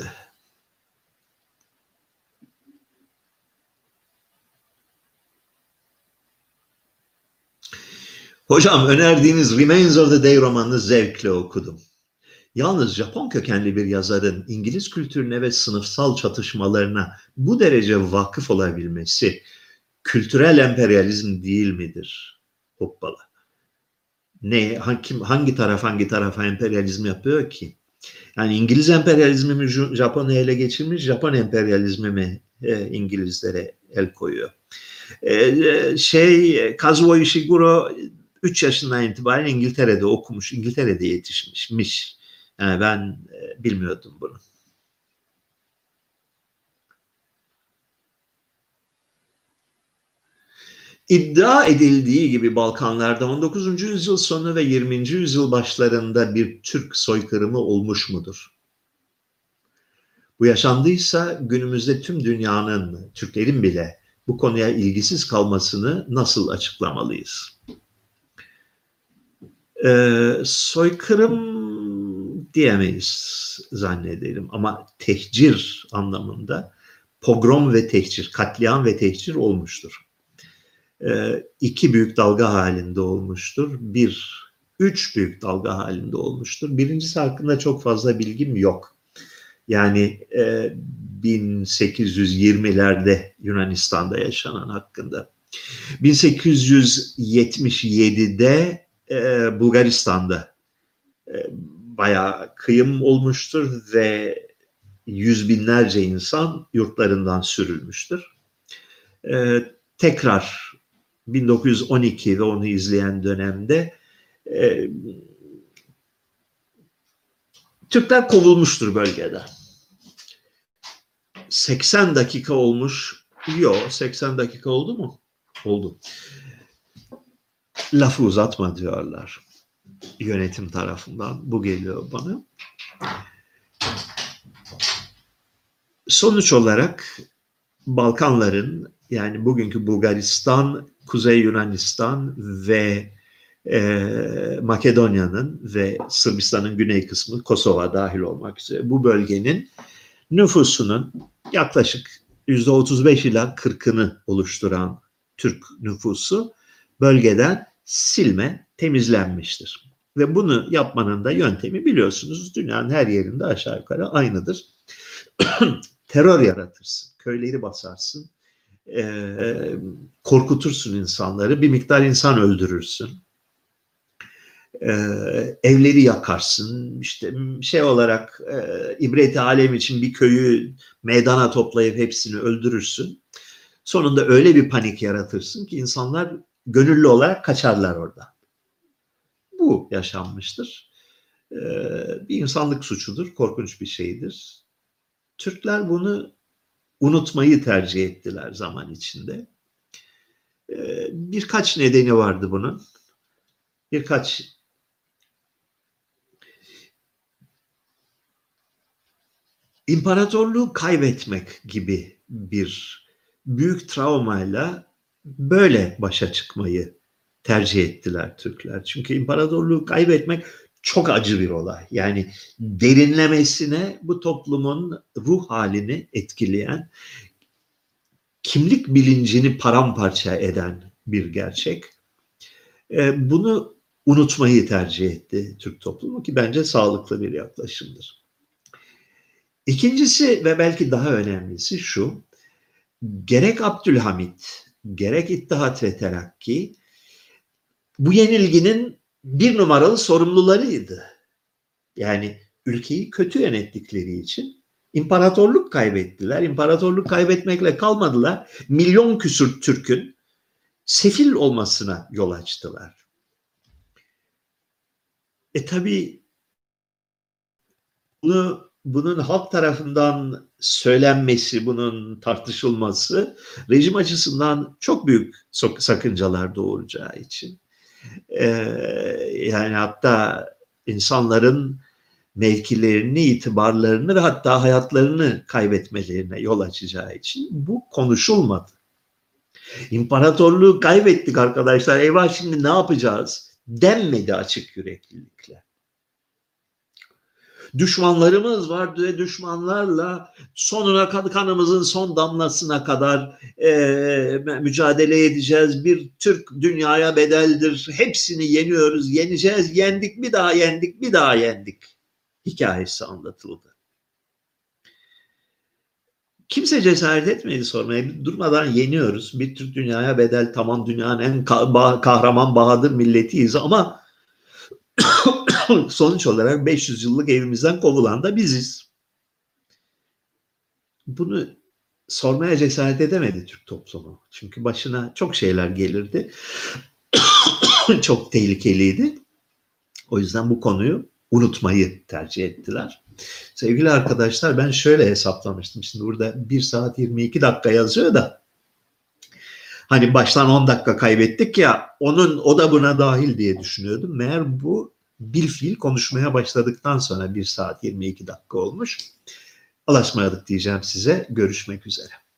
Hocam, önerdiğiniz Remains of the Day romanını zevkle okudum. Yalnız Japon kökenli bir yazarın İngiliz kültürüne ve sınıfsal çatışmalarına bu derece vakıf olabilmesi kültürel emperyalizm değil midir? Hoppala. Hangi tarafa emperyalizm yapıyor ki? Yani İngiliz emperyalizmi mi Japon'u ele geçirmiş, Japon emperyalizmi mi İngilizlere el koyuyor? Kazuo Ishiguro 3 yaşından itibaren İngiltere'de okumuş, İngiltere'de yetişmişmiş. Yani ben bilmiyordum bunu. İddia edildiği gibi Balkanlarda 19. yüzyıl sonu ve 20. yüzyıl başlarında bir Türk soykırımı olmuş mudur? Bu yaşandıysa günümüzde tüm dünyanın, Türklerin bile bu konuya ilgisiz kalmasını nasıl açıklamalıyız? Soykırım diyemeyiz zannederim ama tehcir anlamında pogrom ve tehcir, katliam ve tehcir olmuştur. İki büyük dalga halinde olmuştur. Üç büyük dalga halinde olmuştur. Birincisi hakkında çok fazla bilgim yok. Yani 1820'lerde Yunanistan'da yaşanan hakkında. 1877'de Bulgaristan'da bayağı kıyım olmuştur ve yüz binlerce insan yurtlarından sürülmüştür. Tekrar 1912 ve onu izleyen dönemde Türkler kovulmuştur bölgeden. 80 dakika olmuş. Yok, 80 dakika oldu mu? Oldu. Lafı uzatma diyorlar yönetim tarafından. Bu geliyor bana. Sonuç olarak Balkanların, yani bugünkü Bulgaristan, Kuzey Yunanistan ve Makedonya'nın ve Sırbistan'ın güney kısmı, Kosova dahil olmak üzere bu bölgenin nüfusunun yaklaşık %35 ila 40'ını oluşturan Türk nüfusu bölgeden temizlenmiştir. Ve bunu yapmanın da yöntemi biliyorsunuz dünyanın her yerinde aşağı yukarı aynıdır. Terör yaratırsın, köyleri basarsın, korkutursun insanları, bir miktar insan öldürürsün. Evleri yakarsın, işte olarak ibret-i alem için bir köyü meydana toplayıp hepsini öldürürsün. Sonunda öyle bir panik yaratırsın ki insanlar gönüllü olarak kaçarlar oradan. Bu yaşanmıştır. Bir insanlık suçudur, korkunç bir şeydir. Türkler bunu unutmayı tercih ettiler zaman içinde. Birkaç nedeni vardı bunun. İmparatorluğu kaybetmek gibi bir büyük travmayla böyle başa çıkmayı tercih ettiler Türkler. Çünkü imparatorluğu kaybetmek çok acı bir olay. Yani derinlemesine bu toplumun ruh halini etkileyen, kimlik bilincini paramparça eden bir gerçek. Bunu unutmayı tercih etti Türk toplumu ki bence sağlıklı bir yaklaşımdır. İkincisi ve belki daha önemlisi şu, gerek Abdülhamit, gerek İttihat ve Terakki bu yenilginin bir numaralı sorumlularıydı. Yani ülkeyi kötü yönettikleri için imparatorluk kaybettiler. İmparatorluk kaybetmekle kalmadılar. Milyon küsur Türk'ün sefil olmasına yol açtılar. Tabii bunun halk tarafından söylenmesi, bunun tartışılması rejim açısından çok büyük sakıncalar doğuracağı için. Yani hatta insanların mevkilerini, itibarlarını ve hatta hayatlarını kaybetmelerine yol açacağı için bu konuşulmadı. İmparatorluğu kaybettik arkadaşlar, eyvah şimdi ne yapacağız denmedi açık yüreklilikle. Düşmanlarımız var ve düşmanlarla sonuna kadar, kanımızın son damlasına kadar mücadele edeceğiz. Bir Türk dünyaya bedeldir. Hepsini yeniyoruz, yeneceğiz. Yendik, bir daha yendik, bir daha yendik hikayesi anlatıldı. Kimse cesaret etmedi sormaya. Durmadan yeniyoruz. Bir Türk dünyaya bedel, tamam dünyanın en kahraman bahadır milletiyiz ama sonuç olarak 500 yıllık evimizden kovulan da biziz. Bunu sormaya cesaret edemedi Türk toplumu. Çünkü başına çok şeyler gelirdi. Çok tehlikeliydi. O yüzden bu konuyu unutmayı tercih ettiler. Sevgili arkadaşlar, ben şöyle hesaplamıştım. Şimdi burada 1 saat 22 dakika yazıyor da hani baştan 10 dakika kaybettik ya, o da buna dahil diye düşünüyordum. Meğer bu bilfiil konuşmaya başladıktan sonra 1 saat 22 dakika olmuş. Allah'a ısmarladık diyeceğim size. Görüşmek üzere.